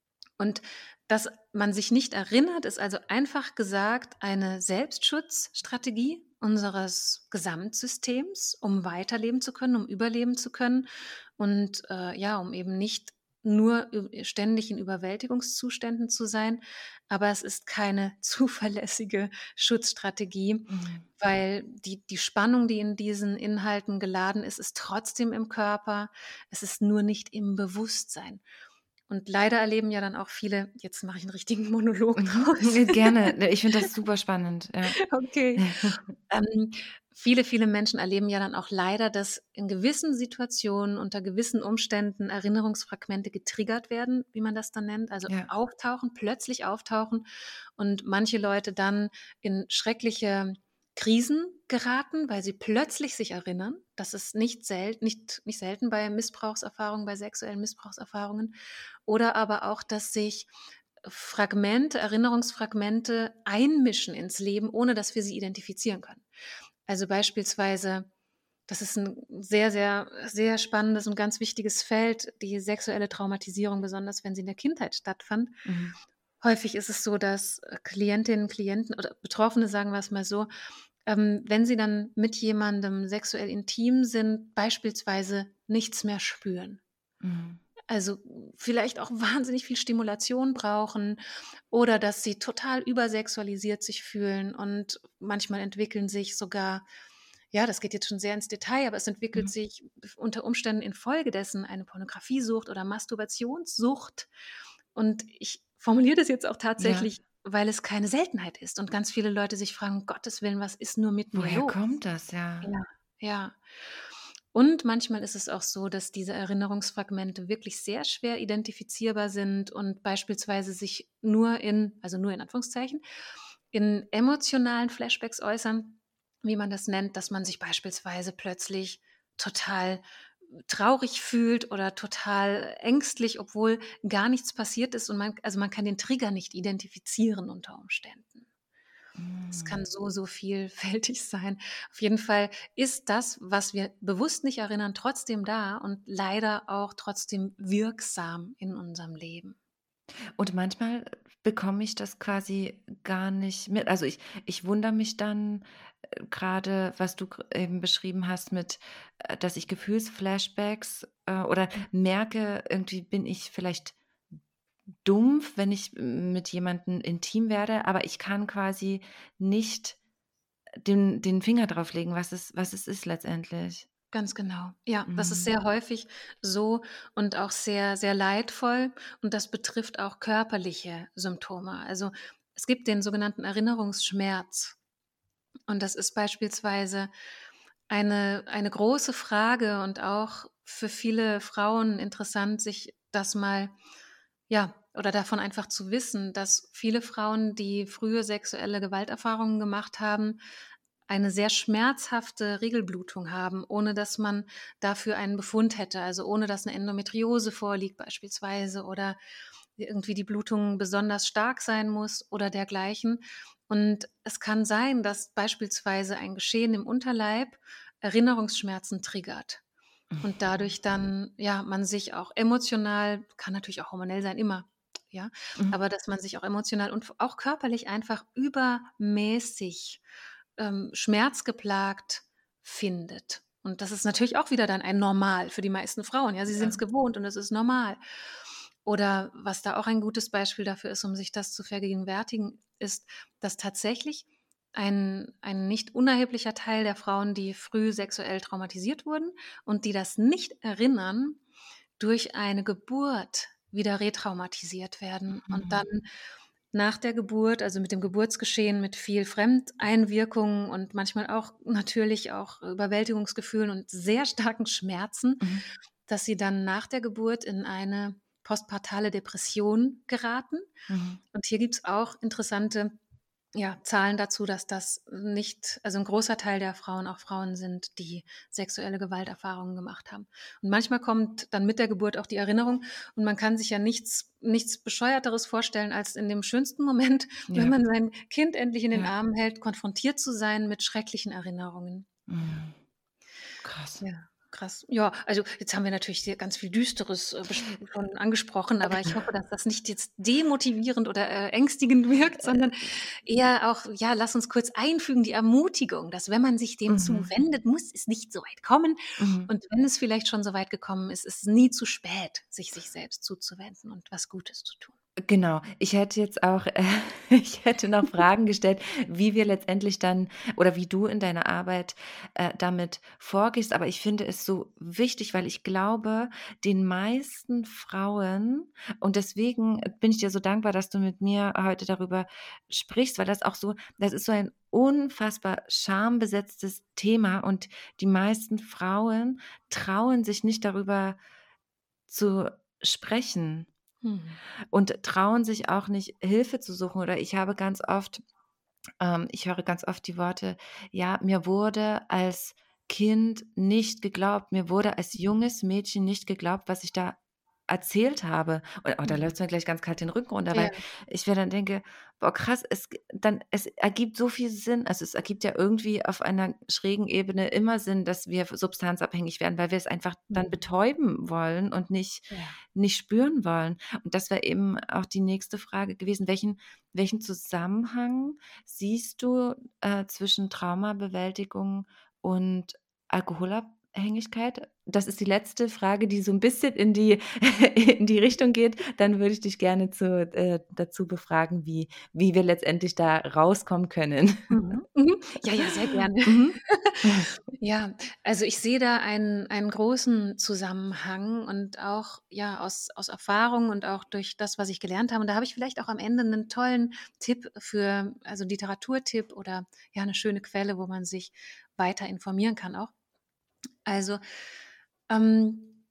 Und dass man sich nicht erinnert, ist also einfach gesagt eine Selbstschutzstrategie unseres Gesamtsystems, um weiterleben zu können, um überleben zu können und äh, ja, um eben nicht nur ü- ständig in Überwältigungszuständen zu sein. Aber es ist keine zuverlässige Schutzstrategie, Mhm. weil die, die Spannung, die in diesen Inhalten geladen ist, ist trotzdem im Körper. Es ist nur nicht im Bewusstsein. Und leider erleben ja dann auch viele, jetzt mache ich einen richtigen Monolog Mhm. draus. Gerne. Ich finde das super spannend. Ja. Okay. Ähm, viele, viele Menschen erleben ja dann auch leider, dass in gewissen Situationen, unter gewissen Umständen Erinnerungsfragmente getriggert werden, wie man das dann nennt, also Ja. auftauchen, plötzlich auftauchen und manche Leute dann in schreckliche Krisen geraten, weil sie plötzlich sich erinnern. Das ist nicht, sel nicht, nicht selten bei Missbrauchserfahrungen, bei sexuellen Missbrauchserfahrungen. Oder aber auch, dass sich Fragmente, Erinnerungsfragmente einmischen ins Leben, ohne dass wir sie identifizieren können. Also beispielsweise, das ist ein sehr, sehr, sehr spannendes und ganz wichtiges Feld, die sexuelle Traumatisierung, besonders wenn sie in der Kindheit stattfand. Mhm. Häufig ist es so, dass äh, Klientinnen, Klienten oder Betroffene, sagen wir es mal so, ähm, wenn sie dann mit jemandem sexuell intim sind, beispielsweise nichts mehr spüren. Mhm. Also vielleicht auch wahnsinnig viel Stimulation brauchen oder dass sie total übersexualisiert sich fühlen und manchmal entwickeln sich sogar, ja, das geht jetzt schon sehr ins Detail, aber es entwickelt Mhm. sich unter Umständen infolgedessen eine Pornografiesucht oder Masturbationssucht. Und ich formuliere das jetzt auch Ja. tatsächlich, weil es keine Seltenheit ist und ganz viele Leute sich fragen, um Gottes Willen, was ist nur mit mir Woher los? kommt das? Ja. Ja, ja. Und manchmal ist es auch so, dass diese Erinnerungsfragmente wirklich sehr schwer identifizierbar sind und beispielsweise sich nur in, also nur in Anführungszeichen, in emotionalen Flashbacks äußern, wie man das nennt, dass man sich beispielsweise plötzlich total traurig fühlt oder total ängstlich, obwohl gar nichts passiert ist und man, also man kann den Trigger nicht identifizieren unter Umständen. Es Mhm. kann so, so vielfältig sein. Auf jeden Fall ist das, was wir bewusst nicht erinnern, trotzdem da und leider auch trotzdem wirksam in unserem Leben. Und manchmal bekomme ich das quasi gar nicht mit. Also ich, ich wundere mich dann äh, gerade, was du gr- eben beschrieben hast, mit, äh, dass ich Gefühlsflashbacks äh, oder merke, irgendwie bin ich vielleicht dumpf, wenn ich m, mit jemandem intim werde, aber ich kann quasi nicht den, den Finger drauf legen, was es, was es ist letztendlich. Ganz genau. Ja, das ist Mhm. sehr häufig so und auch sehr, sehr leidvoll. Und das betrifft auch körperliche Symptome. Also es gibt den sogenannten Erinnerungsschmerz. Und das ist beispielsweise eine, eine große Frage und auch für viele Frauen interessant, sich das mal, ja, oder davon einfach zu wissen, dass viele Frauen, die frühe sexuelle Gewalterfahrungen gemacht haben, eine sehr schmerzhafte Regelblutung haben, ohne dass man dafür einen Befund hätte, also ohne dass eine Endometriose vorliegt beispielsweise oder irgendwie die Blutung besonders stark sein muss oder dergleichen. Und es kann sein, dass beispielsweise ein Geschehen im Unterleib Erinnerungsschmerzen triggert. Und dadurch dann, ja, man sich auch emotional, kann natürlich auch hormonell sein, immer, ja, Mhm. aber dass man sich auch emotional und auch körperlich einfach übermäßig ähm, schmerzgeplagt findet. Und das ist natürlich auch wieder dann ein Normal für die meisten Frauen. Ja, sie sind es Ja. gewohnt und es ist normal. Oder was da auch ein gutes Beispiel dafür ist, um sich das zu vergegenwärtigen, ist, dass tatsächlich ein, ein nicht unerheblicher Teil der Frauen, die früh sexuell traumatisiert wurden und die das nicht erinnern, durch eine Geburt wieder retraumatisiert werden und dann Mhm. nach der Geburt, also mit dem Geburtsgeschehen, mit viel Fremdeinwirkungen und manchmal auch natürlich auch Überwältigungsgefühlen und sehr starken Schmerzen, Mhm. dass sie dann nach der Geburt in eine postpartale Depression geraten. Mhm. Und hier gibt es auch interessante, ja, Zahlen dazu, dass das nicht, also ein großer Teil der Frauen auch Frauen sind, die sexuelle Gewalterfahrungen gemacht haben. Und manchmal kommt dann mit der Geburt auch die Erinnerung und man kann sich ja nichts, nichts Bescheuerteres vorstellen, als in dem schönsten Moment, wenn Ja. man sein Kind endlich in den Ja. Armen hält, konfrontiert zu sein mit schrecklichen Erinnerungen. Mhm. Krass. Ja, krass. Ja, also jetzt haben wir natürlich sehr ganz viel Düsteres äh, bes- schon angesprochen, aber ich hoffe, dass das nicht jetzt demotivierend oder äh, ängstigend wirkt, sondern eher auch, ja, lass uns kurz einfügen, die Ermutigung, dass wenn man sich dem Mhm. zuwendet, muss es nicht so weit kommen. Mhm. Und wenn es vielleicht schon so weit gekommen ist, ist es nie zu spät, sich sich selbst zuzuwenden und was Gutes zu tun. Genau. Ich hätte jetzt auch äh, ich hätte noch Fragen gestellt, wie wir letztendlich dann oder wie du in deiner Arbeit, äh, damit vorgehst. Aber ich finde es so wichtig, weil ich glaube, den meisten Frauen und deswegen bin ich dir so dankbar, dass du mit mir heute darüber sprichst, weil das auch so das ist so ein unfassbar schambesetztes Thema und die meisten Frauen trauen sich nicht darüber zu sprechen. Mhm. Und trauen sich auch nicht, Hilfe zu suchen. Oder ich habe ganz oft ähm, ich höre ganz oft die Worte: „Ja, mir wurde als Kind nicht geglaubt. Mir wurde als junges Mädchen nicht geglaubt, was ich da erzählt habe.“ Und oh, da Mhm. läuft's mir gleich ganz kalt den Rücken runter, Ja. weil ich mir dann denke: „Boah, krass, es g dann es ergibt so viel Sinn.“ Also, es ergibt ja irgendwie auf einer schrägen Ebene immer Sinn, dass wir substanzabhängig werden, weil wir es einfach dann Mhm. betäuben wollen und nicht Ja. nicht spüren wollen. Und das wäre eben auch die nächste Frage gewesen. Welchen welchen Zusammenhang siehst du, äh, zwischen Traumabewältigung und Alkoholabhängigkeit? Das ist die letzte Frage, die so 'n bisschen in die in die Richtung geht. Dann würde ich dich gerne zu äh, dazu befragen, wie wie wir letztendlich da rauskommen können. Mhm. Mhm. Ja, ja, sehr gerne. Mhm. Ja, also ich sehe da einen einen großen Zusammenhang und auch, ja, aus aus Erfahrung und auch durch das, was ich gelernt habe. Und da habe ich vielleicht auch am Ende einen tollen Tipp für, also Literaturtipp oder, ja, eine schöne Quelle, wo man sich weiter informieren kann auch. Also, ähm,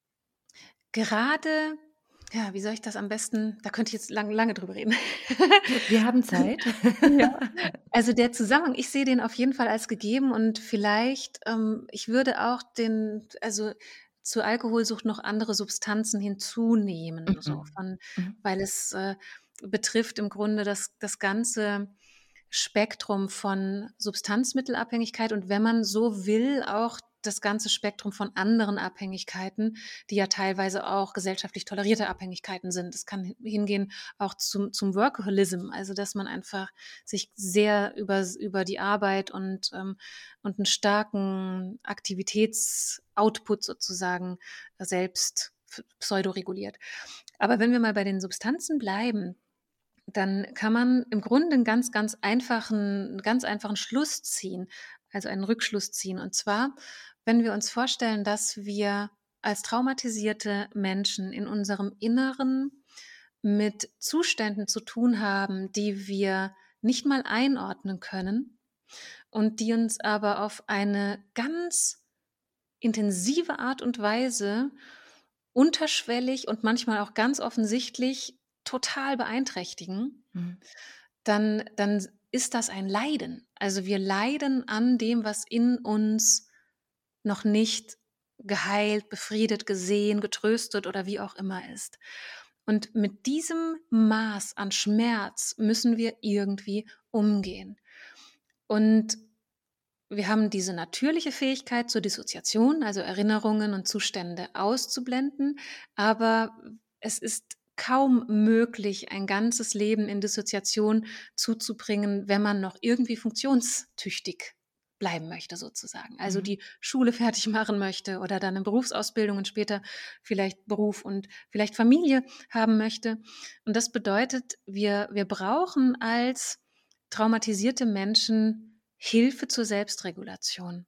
gerade, ja, wie soll ich das am besten, da könnte ich jetzt lang lange drüber reden. Wir haben Zeit. Ja. Also, der Zusammenhang, ich sehe den auf jeden Fall als gegeben und vielleicht, ähm ich würde auch den, also, zur Alkoholsucht noch andere Substanzen hinzunehmen, so Mhm. von, Mhm. weil es, äh, betrifft im Grunde das das ganze Spektrum von Substanzmittelabhängigkeit und wenn man so will, auch das ganze Spektrum von anderen Abhängigkeiten, die ja teilweise auch gesellschaftlich tolerierte Abhängigkeiten sind. Es kann hingehen auch zum zum Workaholism, also dass man einfach sich sehr über über die Arbeit und, ähm und einen starken Aktivitätsoutput sozusagen selbst f pseudoreguliert. Aber wenn wir mal bei den Substanzen bleiben, dann kann man im Grunde einen ganz, ganz einfachen 'n ganz einfachen Schluss ziehen, also einen Rückschluss ziehen. Und zwar, wenn wir uns vorstellen, dass wir als traumatisierte Menschen in unserem Inneren mit Zuständen zu tun haben, die wir nicht mal einordnen können und die uns aber auf eine ganz intensive Art und Weise unterschwellig und manchmal auch ganz offensichtlich total beeinträchtigen, Mhm. dann dann ist das ein Leiden. Also, wir leiden an dem, was in uns noch nicht geheilt, befriedet, gesehen, getröstet oder wie auch immer ist. Und mit diesem Maß an Schmerz müssen wir irgendwie umgehen. Und wir haben diese natürliche Fähigkeit zur Dissoziation, also Erinnerungen und Zustände auszublenden, aber es ist kaum möglich, ein ganzes Leben in Dissoziation zuzubringen, wenn man noch irgendwie funktionstüchtig bleiben möchte sozusagen. Also Mhm. die Schule fertig machen möchte oder dann eine Berufsausbildung und später vielleicht Beruf und vielleicht Familie haben möchte. Und das bedeutet, wir, wir brauchen als traumatisierte Menschen Hilfe zur Selbstregulation.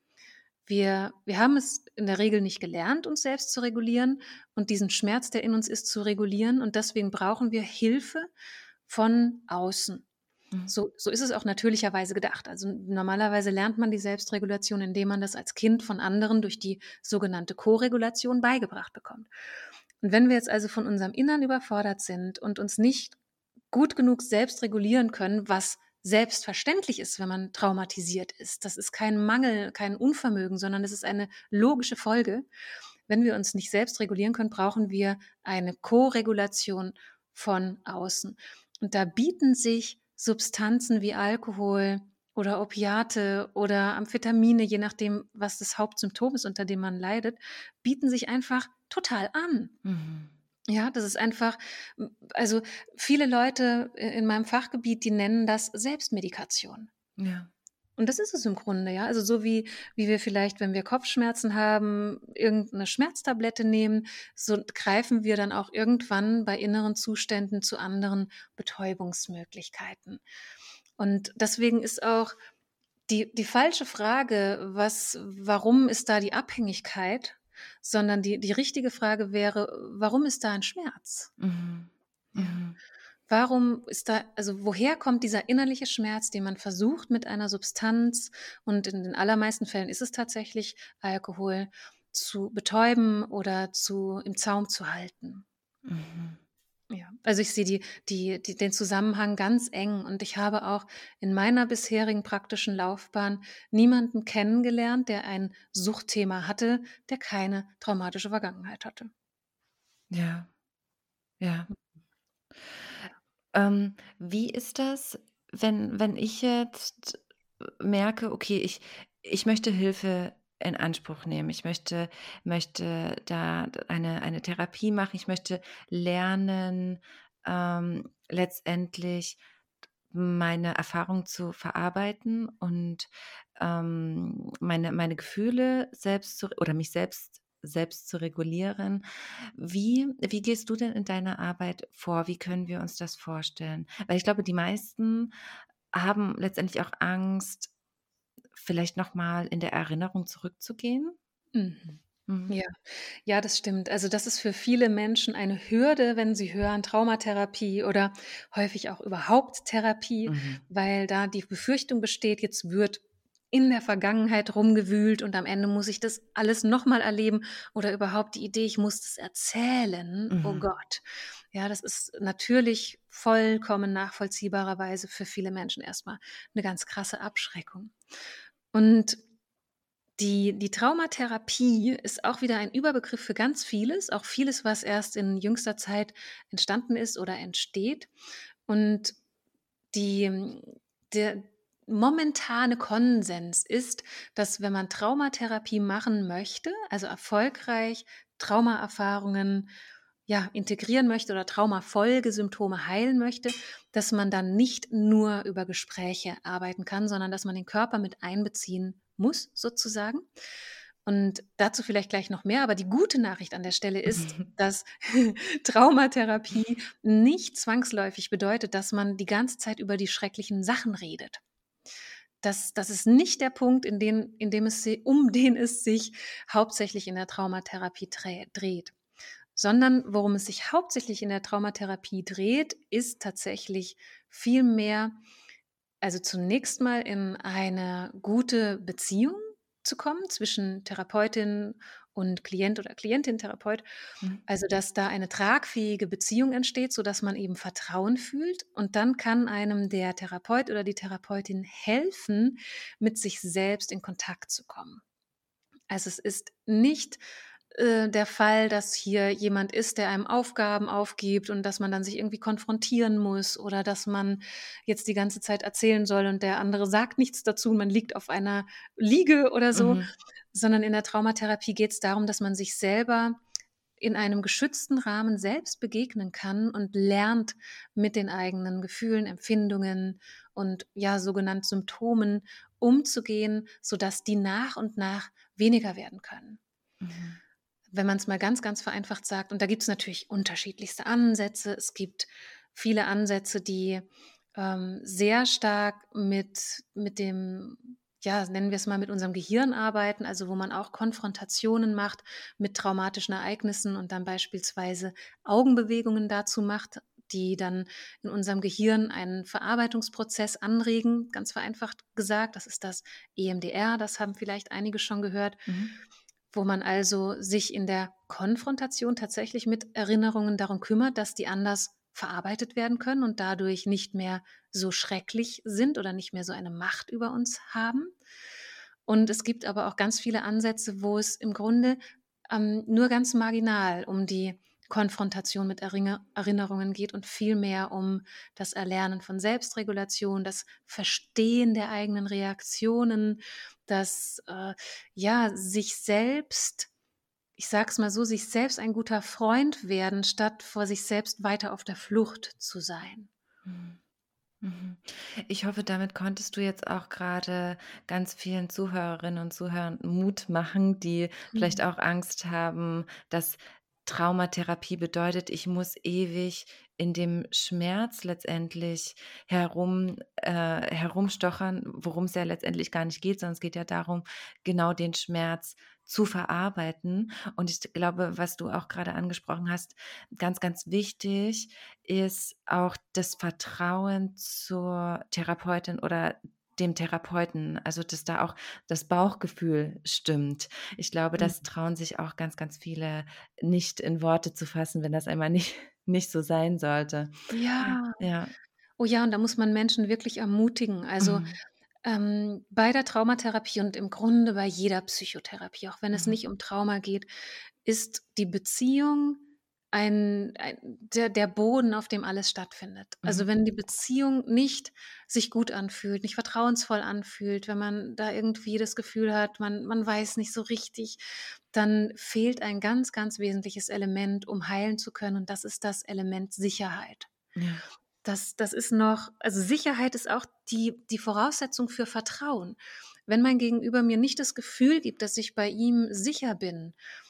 Wir, wir haben es in der Regel nicht gelernt, uns selbst zu regulieren und diesen Schmerz, der in uns ist, zu regulieren. Und deswegen brauchen wir Hilfe von außen. Mhm. So, so ist es auch natürlicherweise gedacht. Also normalerweise lernt man die Selbstregulation, indem man das als Kind von anderen durch die sogenannte Koregulation beigebracht bekommt. Und wenn wir jetzt also von unserem Innern überfordert sind und uns nicht gut genug selbst regulieren können, was selbstverständlich ist, wenn man traumatisiert ist. Das ist kein Mangel, kein Unvermögen, sondern es ist eine logische Folge. Wenn wir uns nicht selbst regulieren können, brauchen wir eine Koregulation von außen. Und da bieten sich Substanzen wie Alkohol oder Opiate oder Amphetamine, je nachdem, was das Hauptsymptom ist, unter dem man leidet, bieten sich einfach total an. Mhm. Ja, das ist einfach, also viele Leute in meinem Fachgebiet, die nennen das Selbstmedikation. Ja. Und das ist es im Grunde, ja. Also so wie, wie wir vielleicht, wenn wir Kopfschmerzen haben, irgendeine Schmerztablette nehmen, so greifen wir dann auch irgendwann bei inneren Zuständen zu anderen Betäubungsmöglichkeiten. Und deswegen ist auch die, die falsche Frage, was, warum ist da die Abhängigkeit, sondern die, die richtige Frage wäre, warum ist da ein Schmerz? Mhm. Ja. Mhm. Warum ist da, also woher kommt dieser innerliche Schmerz, den man versucht mit einer Substanz, und in den allermeisten Fällen ist es tatsächlich Alkohol, zu betäuben oder zu, im Zaum zu halten? Mhm. Ja, also ich sehe die, die, die, den Zusammenhang ganz eng, und ich habe auch in meiner bisherigen praktischen Laufbahn niemanden kennengelernt, der ein Suchtthema hatte, der keine traumatische Vergangenheit hatte. Ja, ja. Ja. Ähm, wie ist das, wenn wenn ich jetzt merke, okay, ich ich möchte Hilfe in Anspruch nehmen. Ich möchte möchte da eine eine Therapie machen. Ich möchte lernen, ähm, letztendlich meine Erfahrung zu verarbeiten und, ähm, meine meine Gefühle selbst zu oder mich selbst selbst zu regulieren. Wie wie gehst du denn in deiner Arbeit vor? Wie können wir uns das vorstellen? Weil ich glaube, die meisten haben letztendlich auch Angst, vielleicht noch mal in der Erinnerung zurückzugehen. Mhm. Mhm. Ja, ja, das stimmt. Also das ist für viele Menschen eine Hürde, wenn sie hören Traumatherapie oder häufig auch überhaupt Therapie, Mhm. weil da die Befürchtung besteht, jetzt wird in der Vergangenheit rumgewühlt und am Ende muss ich das alles nochmal erleben, oder überhaupt die Idee, ich muss das erzählen. Oh Mhm. Gott. Ja, das ist natürlich vollkommen nachvollziehbarerweise für viele Menschen erstmal eine ganz krasse Abschreckung. Und die, die Traumatherapie ist auch wieder ein Überbegriff für ganz vieles, auch vieles, was erst in jüngster Zeit entstanden ist oder entsteht. Und die, der momentane Konsens ist, dass wenn man Traumatherapie machen möchte, also erfolgreich Traumaerfahrungen ja, integrieren möchte oder Traumafolgesymptome heilen möchte, dass man dann nicht nur über Gespräche arbeiten kann, sondern dass man den Körper mit einbeziehen muss, sozusagen. Und dazu vielleicht gleich noch mehr. Aber die gute Nachricht an der Stelle ist, dass Traumatherapie nicht zwangsläufig bedeutet, dass man die ganze Zeit über die schrecklichen Sachen redet. Das, das ist nicht der Punkt, in, den, in dem es, um den es sich hauptsächlich in der Traumatherapie dreht. Sondern worum es sich hauptsächlich in der Traumatherapie dreht, ist tatsächlich viel mehr, also zunächst mal in eine gute Beziehung zu kommen zwischen Therapeutin und Klient oder Klientin, Therapeut. Mhm. Also, dass da eine tragfähige Beziehung entsteht, sodass man eben Vertrauen fühlt. Und dann kann einem der Therapeut oder die Therapeutin helfen, mit sich selbst in Kontakt zu kommen. Also es ist nicht äh, der Fall, dass hier jemand ist, der einem Aufgaben aufgibt und dass man dann sich irgendwie konfrontieren muss oder dass man jetzt die ganze Zeit erzählen soll und der andere sagt nichts dazu und man liegt auf einer Liege oder so, Mhm. sondern in der Traumatherapie geht es darum, dass man sich selber in einem geschützten Rahmen selbst begegnen kann und lernt, mit den eigenen Gefühlen, Empfindungen und ja, sogenannten Symptomen umzugehen, sodass die nach und nach weniger werden können. Mhm. Wenn man es mal ganz, ganz vereinfacht sagt, und da gibt es natürlich unterschiedlichste Ansätze. Es gibt viele Ansätze, die ähm, sehr stark mit, mit dem, ja, nennen wir es mal, mit unserem Gehirn arbeiten, also wo man auch Konfrontationen macht mit traumatischen Ereignissen und dann beispielsweise Augenbewegungen dazu macht, die dann in unserem Gehirn einen Verarbeitungsprozess anregen, ganz vereinfacht gesagt. Das ist das E M D R, das haben vielleicht einige schon gehört, Mhm. wo man also sich in der Konfrontation tatsächlich mit Erinnerungen darum kümmert, dass die anders verarbeitet werden können und dadurch nicht mehr so schrecklich sind oder nicht mehr so eine Macht über uns haben. Und es gibt aber auch ganz viele Ansätze, wo es im Grunde ähm, nur ganz marginal um die Konfrontation mit Erinner- Erinnerungen geht und vielmehr um das Erlernen von Selbstregulation, das Verstehen der eigenen Reaktionen, das äh, ja sich selbst, ich sag's mal so, sich selbst ein guter Freund werden, statt vor sich selbst weiter auf der Flucht zu sein. Mhm. Mhm. Ich hoffe, damit konntest du jetzt auch gerade ganz vielen Zuhörerinnen und Zuhörern Mut machen, die vielleicht Mhm. auch Angst haben, dass Traumatherapie bedeutet, ich muss ewig in dem Schmerz letztendlich herum, äh, herumstochern, worum es ja letztendlich gar nicht geht, sondern es geht ja darum, genau den Schmerz zu verarbeiten. Und ich glaube, was du auch gerade angesprochen hast, ganz, ganz wichtig ist auch das Vertrauen zur Therapeutin oder dem Therapeuten, also dass da auch das Bauchgefühl stimmt. Ich glaube, das Mhm. trauen sich auch ganz, ganz viele nicht in Worte zu fassen, wenn das einmal nicht, nicht so sein sollte. Ja, Ja. oh ja, und da muss man Menschen wirklich ermutigen. Also Mhm. ähm, bei der Traumatherapie und im Grunde bei jeder Psychotherapie, auch wenn es Mhm. nicht um Trauma geht, ist die Beziehung ein, ein der, der Boden, auf dem alles stattfindet. Also Mhm. wenn die Beziehung nicht sich gut anfühlt, nicht vertrauensvoll anfühlt, wenn man da irgendwie das Gefühl hat, man, man weiß nicht so richtig, dann fehlt ein ganz, ganz wesentliches Element, um heilen zu können. Und das ist das Element Sicherheit. Ja. Das das ist noch, also Sicherheit ist auch die die Voraussetzung für Vertrauen. Wenn mein Gegenüber mir nicht das Gefühl gibt, dass ich bei ihm sicher bin,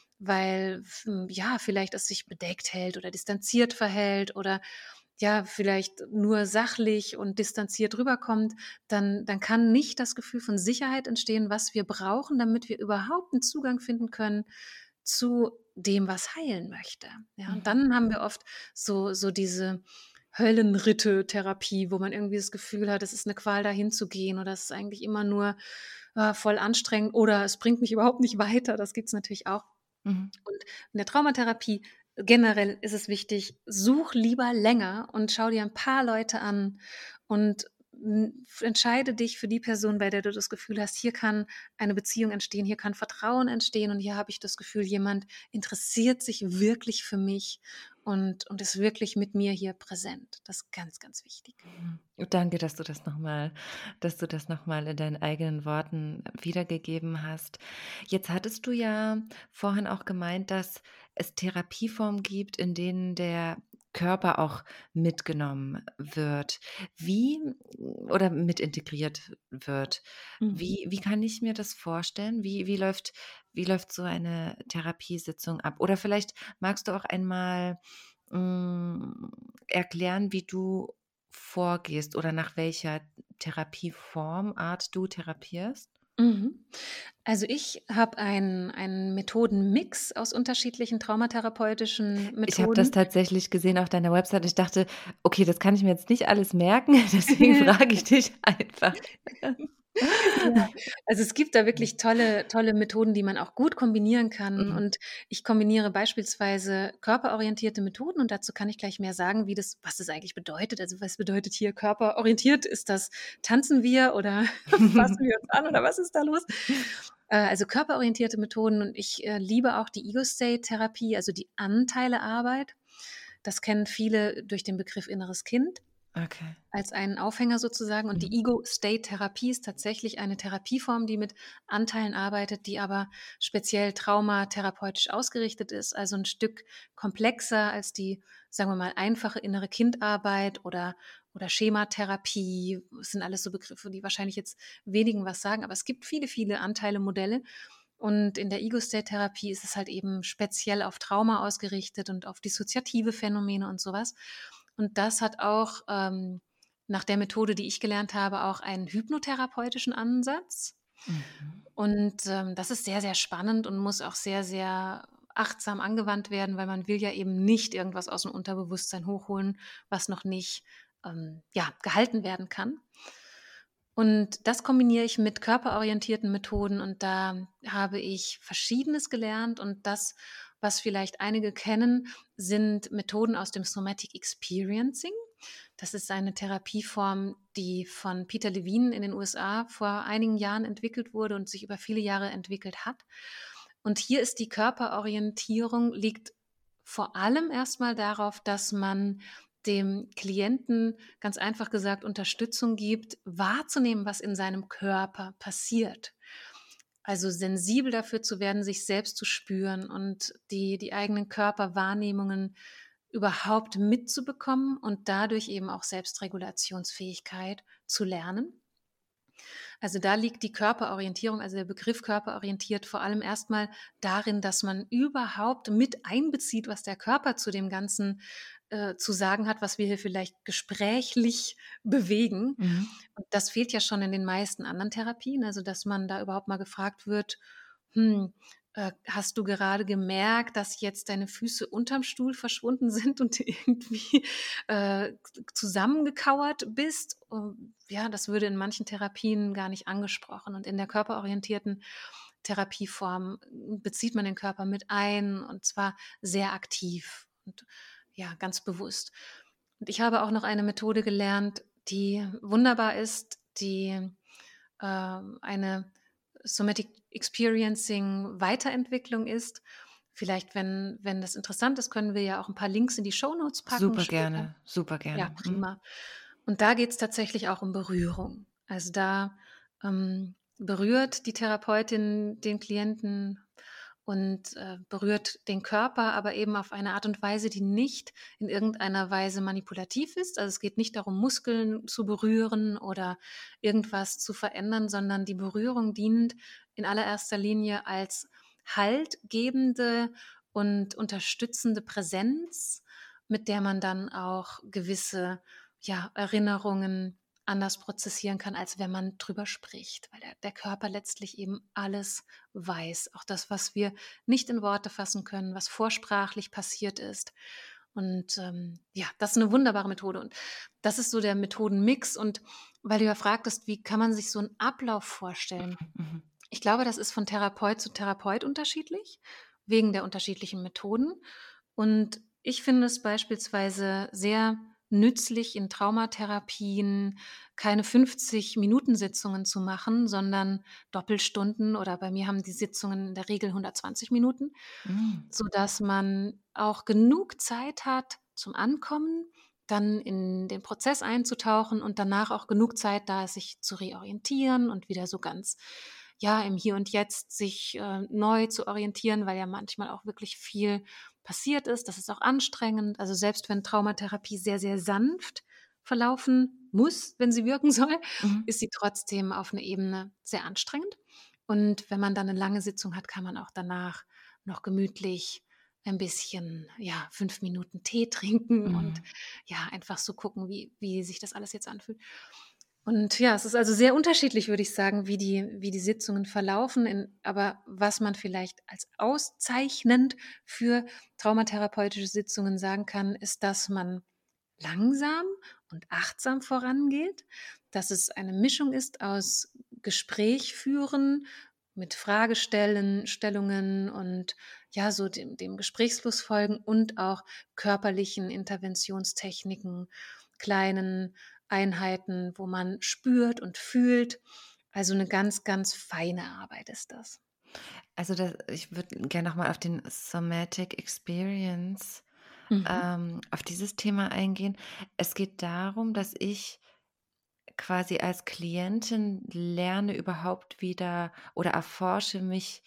weil, hm, ja, vielleicht es sich bedeckt hält oder distanziert verhält oder, ja, vielleicht nur sachlich und distanziert rüberkommt, dann dann kann nicht das Gefühl von Sicherheit entstehen, was wir brauchen, damit wir überhaupt einen Zugang finden können zu dem, was heilen möchte. Ja, und Mhm. dann haben wir oft so so diese Höllenritte-Therapie, wo man irgendwie das Gefühl hat, es ist eine Qual, da hinzugehen oder es ist eigentlich immer nur, ah, voll anstrengend oder es bringt mich überhaupt nicht weiter. Das gibt's natürlich auch. Mhm. Und in der Traumatherapie generell ist es wichtig, such lieber länger und schau dir ein paar Leute an und m, entscheide dich für die Person, bei der du das Gefühl hast, hier kann eine Beziehung entstehen, hier kann Vertrauen entstehen und hier habe ich das Gefühl, jemand interessiert sich wirklich für mich und, und ist wirklich mit mir hier präsent. Das ist ganz, ganz wichtig. Mhm. Danke, dass du das noch mal dass du das noch mal in deinen eigenen Worten wiedergegeben hast. Jetzt hattest du ja vorhin auch gemeint, dass es Therapieformen gibt, in denen der Körper auch mitgenommen wird. Wie oder mit integriert wird. Mhm. Wie wie kann ich mir das vorstellen? Wie wie läuft wie läuft so eine Therapiesitzung ab? Oder vielleicht magst du auch einmal, hm, erklären, wie du vorgehst oder nach welcher Therapieform, Art du therapierst? Mhm. Also ich habe einen einen Methodenmix aus unterschiedlichen traumatherapeutischen Ich habe das Methoden. tatsächlich gesehen auf deiner Website. Ich dachte: „Okay, das kann ich mir jetzt nicht alles merken, deswegen frage ich dich einfach.“ Ja, also es gibt da wirklich tolle tolle Methoden, die man auch gut kombinieren kann. Mhm. Und ich kombiniere beispielsweise körperorientierte Methoden und dazu kann ich gleich mehr sagen, wie das was das eigentlich bedeutet. Also, was bedeutet hier körperorientiert? Ist das tanzen wir oder fassen wir uns an oder was ist da los? Äh, also körperorientierte Methoden und ich, äh, liebe auch die Ego-State-Therapie, also die Anteilearbeit. Das kennen viele durch den Begriff inneres Kind Okay. als einen Aufhänger sozusagen. Und Mhm. die Ego-State-Therapie ist tatsächlich eine Therapieform, die mit Anteilen arbeitet, die aber speziell traumatherapeutisch ausgerichtet ist, also ein Stück komplexer als die, sagen wir mal, einfache innere Kindarbeit oder, oder Schematherapie. Das sind alles so Begriffe, die wahrscheinlich jetzt wenigen was sagen, aber es gibt viele, viele Anteile-Modelle. Und in der Ego-State-Therapie ist es halt eben speziell auf Trauma ausgerichtet und auf dissoziative Phänomene und sowas. Und das hat auch ähm, nach der Methode, die ich gelernt habe, auch einen hypnotherapeutischen Ansatz. Mhm. Und ähm, das ist sehr, sehr spannend und muss auch sehr, sehr achtsam angewandt werden, weil man will ja eben nicht irgendwas aus dem Unterbewusstsein hochholen, was noch nicht ähm, ja, gehalten werden kann. Und das kombiniere ich mit körperorientierten Methoden und da habe ich Verschiedenes gelernt und das, was vielleicht einige kennen, sind Methoden aus dem Somatic Experiencing. Das ist eine Therapieform, die von Peter Levine in den U S A vor einigen Jahren entwickelt wurde und sich über viele Jahre entwickelt hat. Und hier ist die Körperorientierung, liegt vor allem erstmal darauf, dass man dem Klienten ganz einfach gesagt Unterstützung gibt, wahrzunehmen, was in seinem Körper passiert. Also sensibel dafür zu werden, sich selbst zu spüren und die, die eigenen Körperwahrnehmungen überhaupt mitzubekommen und dadurch eben auch Selbstregulationsfähigkeit zu lernen. Also da liegt die Körperorientierung, also der Begriff körperorientiert vor allem erstmal darin, dass man überhaupt mit einbezieht, was der Körper zu dem Ganzen äh, zu sagen hat, was wir hier vielleicht gesprächlich bewegen. Mhm. Und das fehlt ja schon in den meisten anderen Therapien, also dass man da überhaupt mal gefragt wird, hm, äh, hast du gerade gemerkt, dass jetzt deine Füße unterm Stuhl verschwunden sind und du irgendwie äh, zusammengekauert bist? Und ja, das würde in manchen Therapien gar nicht angesprochen. Und in der körperorientierten Therapieform bezieht man den Körper mit ein und zwar sehr aktiv und ja, ganz bewusst. Und ich habe auch noch eine Methode gelernt, die wunderbar ist, die ähm, eine Somatic Experiencing Weiterentwicklung ist. Vielleicht, wenn, wenn das interessant ist, können wir ja auch ein paar Links in die Shownotes packen Super später. gerne, super Ja, gerne. Mhm. prima. Und da geht es tatsächlich auch um Berührung. Also da ähm, berührt die Therapeutin den Klienten und äh, berührt den Körper, aber eben auf eine Art und Weise, die nicht in irgendeiner Weise manipulativ ist. Also es geht nicht darum, Muskeln zu berühren oder irgendwas zu verändern, sondern die Berührung dient in allererster Linie als haltgebende und unterstützende Präsenz, mit der man dann auch gewisse ja, Erinnerungen anders prozessieren kann, als wenn man drüber spricht, weil der, der Körper letztlich eben alles weiß. Auch das, was wir nicht in Worte fassen können, was vorsprachlich passiert ist. Und ähm, ja, das ist eine wunderbare Methode. Und das ist so der Methodenmix. Und weil du ja fragtest, wie kann man sich so einen Ablauf vorstellen? Mhm. Ich glaube, das ist von Therapeut zu Therapeut unterschiedlich, wegen der unterschiedlichen Methoden. Und ich finde es beispielsweise sehr nützlich, in Traumatherapien keine fünfzig-Minuten-Sitzungen zu machen, sondern Doppelstunden oder bei mir haben die Sitzungen in der Regel hundertzwanzig Minuten, Mhm. sodass man auch genug Zeit hat zum Ankommen, dann in den Prozess einzutauchen und danach auch genug Zeit da ist, sich zu reorientieren und wieder so ganz ja im Hier und Jetzt sich äh, neu zu orientieren, weil ja manchmal auch wirklich viel passiert ist. Das ist auch anstrengend. Also selbst wenn Traumatherapie sehr, sehr sanft verlaufen muss, wenn sie wirken soll, Mhm. ist sie trotzdem auf einer Ebene sehr anstrengend. Und wenn man dann eine lange Sitzung hat, kann man auch danach noch gemütlich ein bisschen, ja, fünf Minuten Tee trinken und Mhm. ja, einfach so gucken, wie, wie sich das alles jetzt anfühlt. Und ja, es ist also sehr unterschiedlich, würde ich sagen, wie die, wie die Sitzungen verlaufen. In, aber was man vielleicht als auszeichnend für traumatherapeutische Sitzungen sagen kann, ist, dass man langsam und achtsam vorangeht, dass es eine Mischung ist aus Gespräch führen mit Fragestellen Stellungen und ja, so dem dem Gesprächsfluss folgen und auch körperlichen Interventionstechniken, kleinen Einheiten, wo man spürt und fühlt. Also eine ganz, ganz feine Arbeit ist das. Also, das ich würde gerne noch mal auf den Somatic Experience, Mhm. ähm, auf dieses Thema eingehen. Es geht darum, dass ich quasi als Klientin lerne überhaupt wieder oder erforsche mich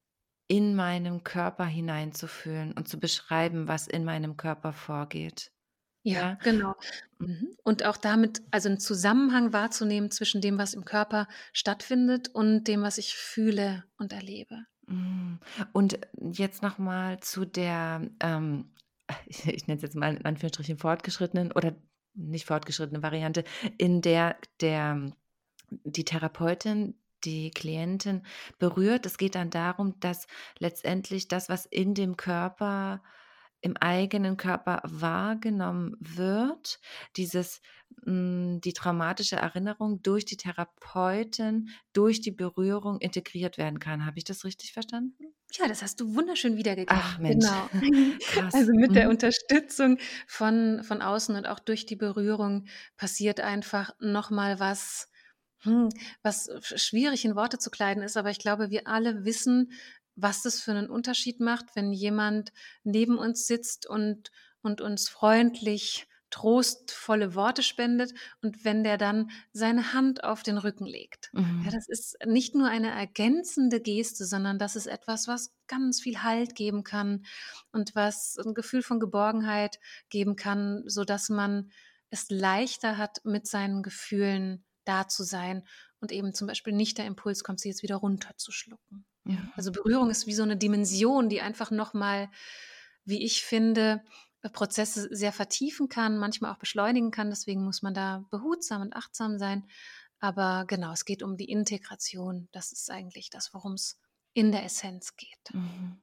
in meinem Körper hineinzufühlen und zu beschreiben, was in meinem Körper vorgeht. Ja, Ja? genau. Hm, Mhm. Und auch damit also 'n Zusammenhang wahrzunehmen zwischen dem, was im Körper stattfindet und dem, was ich fühle und erlebe. hm. Und jetzt noch mal zu der, ähm, ich ich nenne es jetzt mal in Anführungsstrichen fortgeschrittenen oder nicht fortgeschrittene Variante, in der der die Therapeutin die Klientin berührt. Es geht dann darum, dass letztendlich das, was in dem Körper im eigenen Körper wahrgenommen wird, dieses hm, die traumatische Erinnerung durch die Therapeutin, durch die Berührung integriert werden kann. Habe ich das richtig verstanden? Ja, das hast du wunderschön Ach wiedergegeben. Mensch, Genau. krass. Also, mit der Mhm. Unterstützung von von außen und auch durch die Berührung passiert einfach noch mal was, hm, was sch schwierig in Worte zu kleiden ist, aber ich glaube, wir alle wissen, was das für 'nen Unterschied macht, wenn jemand neben uns sitzt und und uns freundlich trostvolle Worte spendet und wenn der dann seine Hand auf den Rücken legt. Ja, Mhm. das ist nicht nur eine ergänzende Geste, sondern das ist etwas, was ganz viel Halt geben kann und was 'n Gefühl von Geborgenheit geben kann, sodass man es leichter hat, mit seinen Gefühlen da zu sein und eben zum Beispiel nicht der Impuls kommt, sie jetzt wieder runterzuschlucken. Ja, Mhm. also Berührung ist wie so 'ne Dimension, die einfach noch mal, wie ich finde, äh, Prozesse sehr vertiefen kann, manchmal auch beschleunigen kann. Deswegen muss man da behutsam und achtsam sein. Aber genau, es geht um die Integration. Das ist eigentlich das, worum's in der Essenz geht. Mhm.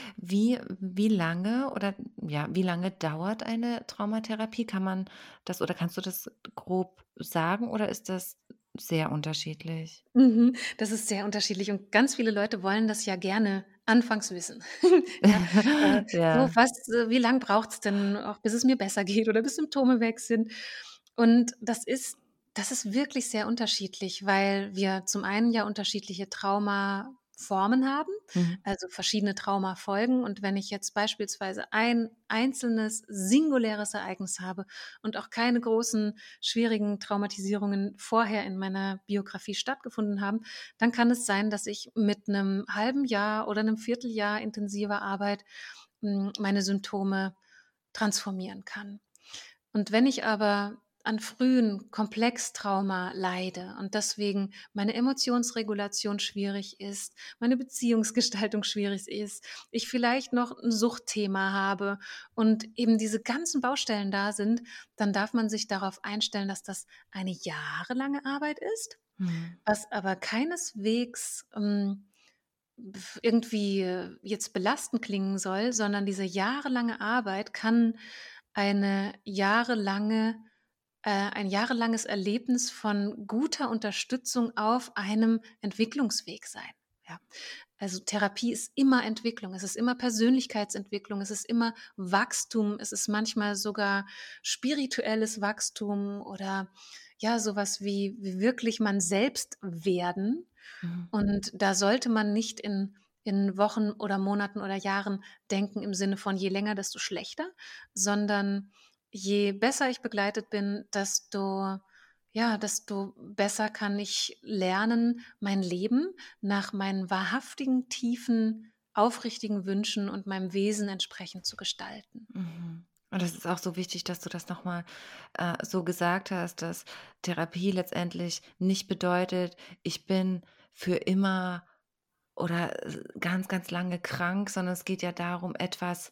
Wie wie lange oder ja, wie lange dauert eine Traumatherapie? Kann man das oder kannst du das grob sagen oder ist das sehr unterschiedlich? Mhm. Das ist sehr unterschiedlich und ganz viele Leute wollen das ja gerne anfangs wissen. Ja, äh, so Ja. was äh, wie lang braucht's denn auch, bis es mir besser geht oder bis Symptome weg sind? Und das ist das ist wirklich sehr unterschiedlich, weil wir zum einen ja unterschiedliche Traumaformen haben, Mhm. also verschiedene Traumafolgen. Und wenn ich jetzt beispielsweise ein einzelnes singuläres Ereignis habe und auch keine großen, schwierigen Traumatisierungen vorher in meiner Biografie stattgefunden haben, dann kann es sein, dass ich mit 'nem halben Jahr oder 'nem Vierteljahr intensiver Arbeit, hm, meine Symptome transformieren kann. Und wenn ich aber an frühen Komplextrauma leide und deswegen meine Emotionsregulation schwierig ist, meine Beziehungsgestaltung schwierig ist, ich vielleicht noch 'n Suchtthema habe und eben diese ganzen Baustellen da sind, dann darf man sich darauf einstellen, dass das eine jahrelange Arbeit ist, Mhm. was aber keineswegs, hm, bf irgendwie äh, jetzt belastend klingen soll, sondern diese jahrelange Arbeit kann eine jahrelange äh, ein jahrelanges Erlebnis von guter Unterstützung auf einem Entwicklungsweg sein, ja. Also, Therapie ist immer Entwicklung. Es ist immer Persönlichkeitsentwicklung. Es ist immer Wachstum. Es ist manchmal sogar spirituelles Wachstum oder, ja, so was wie wie wirklich man selbst werden. Mhm. Und da sollte man nicht in in Wochen oder Monaten oder Jahren denken im Sinne von je länger, desto schlechter, sondern je besser ich begleitet bin, desto ja, desto besser kann ich lernen, mein Leben nach meinen wahrhaftigen, tiefen, aufrichtigen Wünschen und meinem Wesen entsprechend zu gestalten. Mhm. Und das ist auch so wichtig, dass du das noch mal, äh, so gesagt hast, dass Therapie letztendlich nicht bedeutet, ich bin für immer oder s ganz, ganz lange krank, sondern es geht ja darum, etwas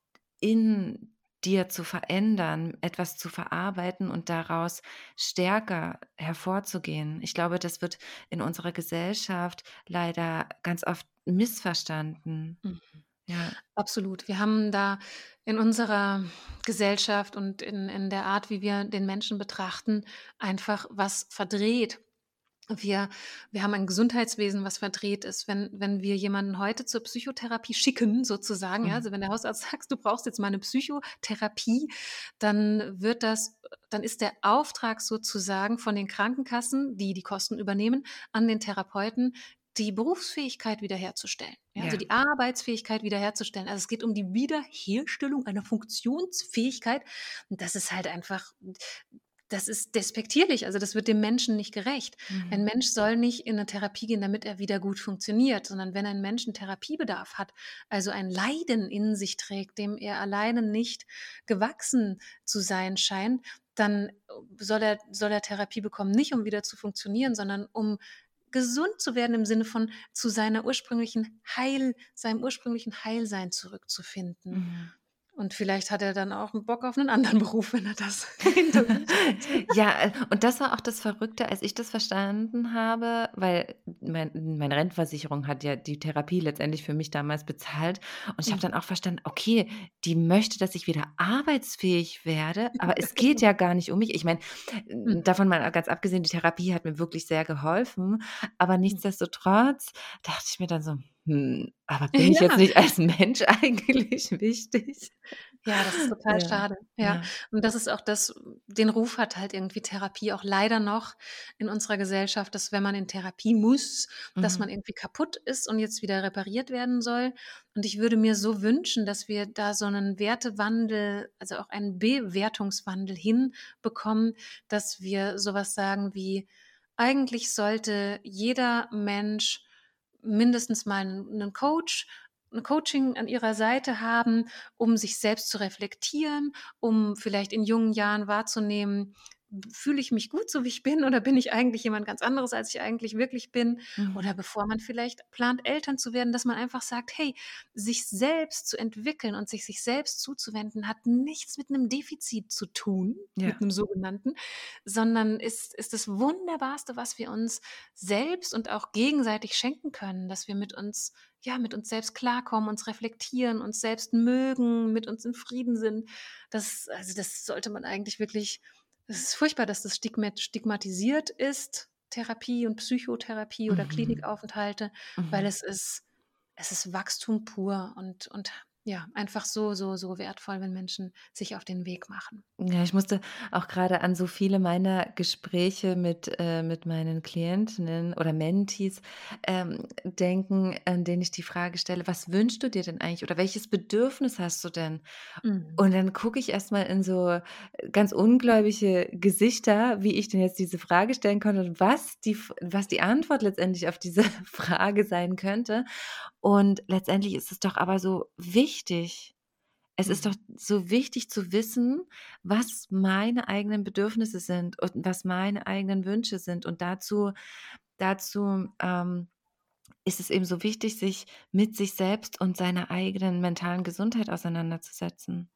in dir zu verändern, etwas zu verarbeiten und daraus stärker hervorzugehen. Ich glaube, das wird in unserer Gesellschaft leider ganz oft missverstanden. Mhm. Ja. Absolut. Wir haben da in unserer Gesellschaft und in in der Art, wie wir den Menschen betrachten, einfach was verdreht. Wir, wir haben ein Gesundheitswesen, was verdreht ist. Wenn, wenn wir jemanden heute zur Psychotherapie schicken, sozusagen, ja, Mhm. also wenn der Hausarzt sagt, du brauchst jetzt mal eine Psychotherapie, dann wird das, dann ist der Auftrag sozusagen von den Krankenkassen, die die Kosten übernehmen, an den Therapeuten, die Berufsfähigkeit wiederherzustellen. Ja, also Ja. die Arbeitsfähigkeit wiederherzustellen. Also es geht um die Wiederherstellung einer Funktionsfähigkeit. Und das ist halt einfach, das ist despektierlich, also das wird dem Menschen nicht gerecht. Ein Mhm. Mensch soll nicht in eine Therapie gehen, damit er wieder gut funktioniert, sondern wenn ein Mensch 'n Therapiebedarf hat, also ein Leiden in sich trägt, dem er alleine nicht gewachsen zu sein scheint, dann soll er soll er Therapie bekommen, nicht um wieder zu funktionieren, sondern um gesund zu werden im Sinne von zu seiner ursprünglichen Heil seinem ursprünglichen Heilsein zurückzufinden. Mhm. Und vielleicht hat er dann auch 'n Bock auf 'nen anderen Beruf, wenn er das hinter sich hat. Ja, äh, und das war auch das Verrückte, als ich das verstanden habe, weil mein meine Rentenversicherung hat ja die Therapie letztendlich für mich damals bezahlt. Und ich habe dann Mhm. auch verstanden, okay, die möchte, dass ich wieder arbeitsfähig werde, aber es geht ja gar nicht um mich. Ich meine, Mhm. davon mal ganz abgesehen, die Therapie hat mir wirklich sehr geholfen, aber Mhm. nichtsdestotrotz dachte ich mir dann so: „Hm, aber bin ich jetzt Ja. nicht als Mensch eigentlich wichtig?“ Ja, das ist total Ja, schade, ja. ja. Und das ist auch das den Ruf hat halt irgendwie Therapie auch leider noch in unserer Gesellschaft, dass wenn man in Therapie muss, dass man Mhm. irgendwie kaputt ist und jetzt wieder repariert werden soll. Und ich würde mir so wünschen, dass wir da so 'nen Wertewandel, also auch einen Bewertungswandel hinbekommen, dass wir so was sagen wie: Eigentlich sollte jeder Mensch mindestens mal 'n 'nen Coach 'n Coaching an ihrer Seite haben, um sich selbst zu reflektieren, um vielleicht in jungen Jahren wahrzunehmen: b Fühle ich mich gut, so wie ich bin, oder bin ich eigentlich jemand ganz anderes, als ich eigentlich wirklich bin? Mhm. Oder bevor man vielleicht plant, Eltern zu werden, dass man einfach sagt: „Hey, sich selbst zu entwickeln und sich sich selbst zuzuwenden, hat nichts mit 'nem Defizit zu tun, Ja. mit 'nem sogenannten, sondern ist ist das Wunderbarste, was wir uns selbst und auch gegenseitig schenken können, dass wir mit uns ja, mit uns selbst klarkommen, uns reflektieren, uns selbst mögen, mit uns in Frieden sind.“ Das also, das sollte man eigentlich wirklich es ist furchtbar, dass das stigmat stigmatisiert ist, Therapie und Psychotherapie oder Mhm. Klinikaufenthalte, weil Mhm. es ist es ist Wachstum pur und und ja, einfach so, so, so wertvoll, wenn Menschen sich auf den Weg machen. Ja, ich musste auch grade an so viele meiner Gespräche mit äh, mit meinen Klientinnen oder Mentees, ähm, denken, an denen ich die Frage stelle: „Was wünschst du dir denn eigentlich oder welches Bedürfnis hast du denn?“ Mhm. Und dann gucke ich erst mal in so ganz ungläubige Gesichter, wie ich denn jetzt diese Frage stellen konnte und was die F was die Antwort letztendlich auf diese Frage sein könnte. Und letztendlich ist es doch aber so wichtig. Es ist doch Mhm. so wichtig zu wissen, was meine eigenen Bedürfnisse sind und was meine eigenen Wünsche sind. Und dazu dazu, ähm, ist es eben so wichtig, sich mit sich selbst und seiner eigenen mentalen Gesundheit auseinanderzusetzen.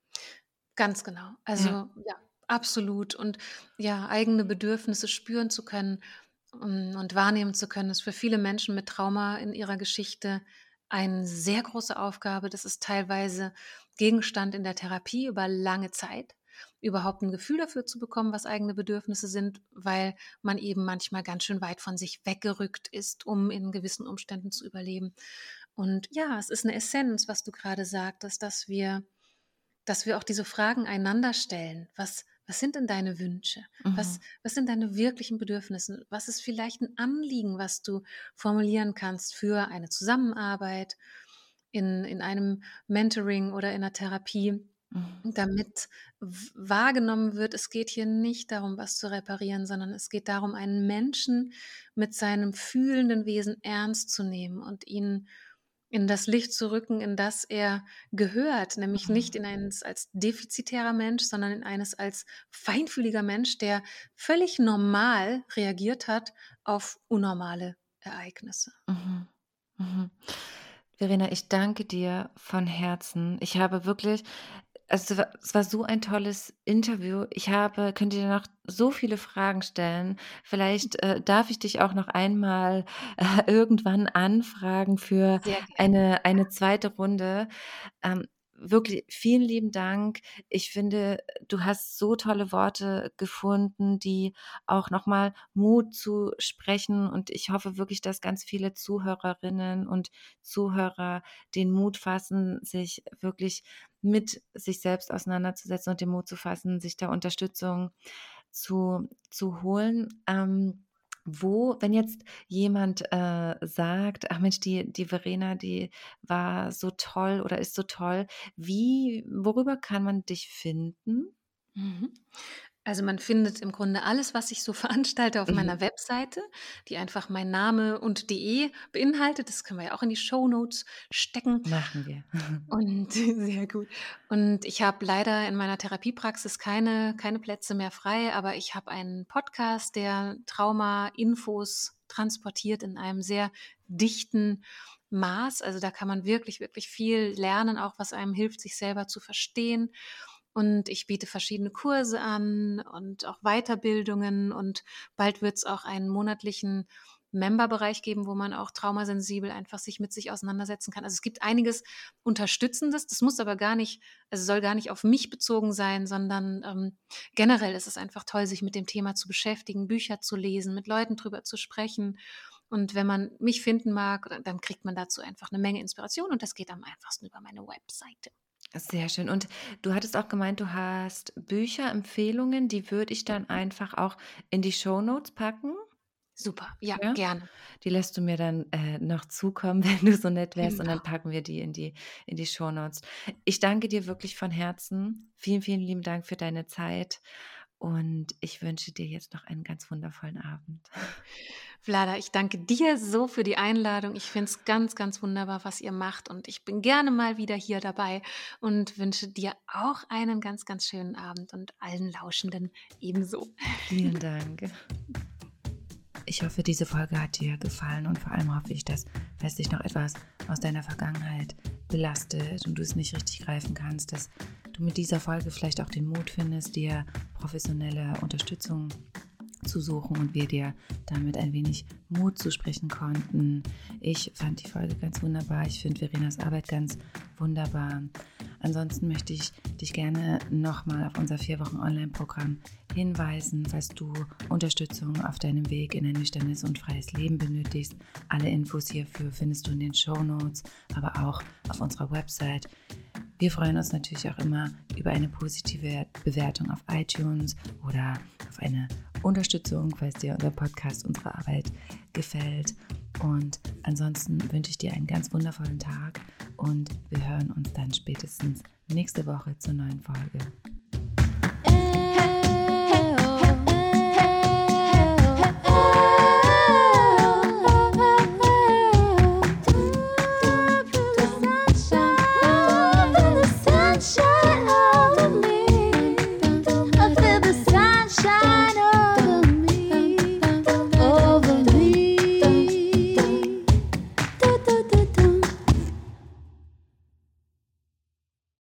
Ganz genau. Also, Ja. ja, absolut. Und ja, eigene Bedürfnisse spüren zu können, hm, und wahrnehmen zu können, ist für viele Menschen mit Trauma in ihrer Geschichte eine sehr große Aufgabe. Das ist teilweise Gegenstand in der Therapie über lange Zeit, überhaupt 'n Gefühl dafür zu bekommen, was eigene Bedürfnisse sind, weil man eben manchmal ganz schön weit von sich weggerückt ist, um in gewissen Umständen zu überleben. Und ja, es ist 'ne Essenz, was du grade sagtest, dass wir dass wir auch diese Fragen einander stellen. Was was sind denn deine Wünsche? Was Mhm. was sind deine wirklichen Bedürfnisse? Was ist vielleicht 'n Anliegen, was du formulieren kannst für eine Zusammenarbeit in in einem Mentoring oder in 'ner Therapie, Mhm. damit w wahrgenommen wird, es geht hier nicht darum, was zu reparieren, sondern es geht darum, einen Menschen mit seinem fühlenden Wesen ernst zu nehmen und ihn in das Licht zu rücken, in das er gehört, nämlich nicht Mhm. in eins als defizitärer Mensch, sondern in eines als feinfühliger Mensch, der völlig normal reagiert hat auf unnormale Ereignisse. Mhm. Mhm. Verena, ich danke dir von Herzen. Ich habe wirklich also, es war es war so ein tolles Interview. Ich habe könnte dir noch so viele Fragen stellen. Vielleicht, äh, darf ich dich auch noch einmal, äh, irgendwann anfragen für Sehr gerne, eine ja. eine zweite Runde. Ähm, wirklich vielen lieben Dank. Ich finde, du hast so tolle Worte gefunden, die auch nochmal Mut zu sprechen. Und ich hoffe wirklich, dass ganz viele Zuhörerinnen und Zuhörer den Mut fassen, sich wirklich mit sich selbst auseinanderzusetzen und den Mut zu fassen, sich da Unterstützung zu, zu holen. Ähm, wo, wenn jetzt jemand äh, sagt, ach Mensch, die, die Verena, die war so toll oder ist so toll, wie, worüber kann man dich finden? Mhm. Also man findet im Grunde alles, was ich so veranstalte, auf Mhm. meiner Webseite, die einfach mein Name und de beinhaltet. Das können wir ja auch in die Shownotes stecken. Machen wir. Und sehr gut. Und ich habe leider in meiner Therapiepraxis keine, keine Plätze mehr frei, aber ich habe einen Podcast, der Trauma-Infos transportiert in einem sehr dichten Maß. Also da kann man wirklich, wirklich viel lernen, auch was einem hilft, sich selber zu verstehen. Und ich biete verschiedene Kurse an und auch Weiterbildungen. Und bald wird es auch einen monatlichen Memberbereich geben, wo man auch traumasensibel einfach sich mit sich auseinandersetzen kann. Also es gibt einiges Unterstützendes. Das muss aber gar nicht, also soll gar nicht auf mich bezogen sein, sondern ähm, generell ist es einfach toll, sich mit dem Thema zu beschäftigen, Bücher zu lesen, mit Leuten drüber zu sprechen. Und wenn man mich finden mag, dann kriegt man dazu einfach eine Menge Inspiration und das geht am einfachsten über meine Webseite. Sehr schön. Und du hattest auch gemeint, du hast Bücherempfehlungen, die würde ich dann einfach auch in die Shownotes packen. Super, ja, Ja? gerne. Die lässt du mir dann äh, noch zukommen, wenn du so nett wärst, und dann Genau. packen wir die in die, in die Shownotes. Ich danke dir wirklich von Herzen. Vielen, vielen lieben Dank für deine Zeit und ich wünsche dir jetzt noch einen ganz wundervollen Abend. Vlada, ich danke dir so für die Einladung. Ich finde es ganz, ganz wunderbar, was ihr macht und ich bin gerne mal wieder hier dabei und wünsche dir auch einen ganz, ganz schönen Abend und allen Lauschenden ebenso. Vielen Dank. Ich hoffe, diese Folge hat dir gefallen und vor allem hoffe ich, dass, falls dich noch etwas aus deiner Vergangenheit belastet und du es nicht richtig greifen kannst, dass du mit dieser Folge vielleicht auch den Mut findest, dir professionelle Unterstützung zu suchen und wir dir damit ein wenig Mut zusprechen konnten. Ich fand die Folge ganz wunderbar. Ich finde Verenas Arbeit ganz wunderbar. Ansonsten möchte ich dich gerne nochmal auf unser vier Wochen Online-Programm hinweisen, falls du Unterstützung auf deinem Weg in ein nüchternes und freies Leben benötigst. Alle Infos hierfür findest du in den Shownotes, aber auch auf unserer Website. Wir freuen uns natürlich auch immer über eine positive Bewertung auf iTunes oder auf eine Unterstützung, falls dir unser Podcast, unsere Arbeit gefällt. Und ansonsten wünsche ich dir einen ganz wundervollen Tag und wir hören uns dann spätestens nächste Woche zur neuen Folge.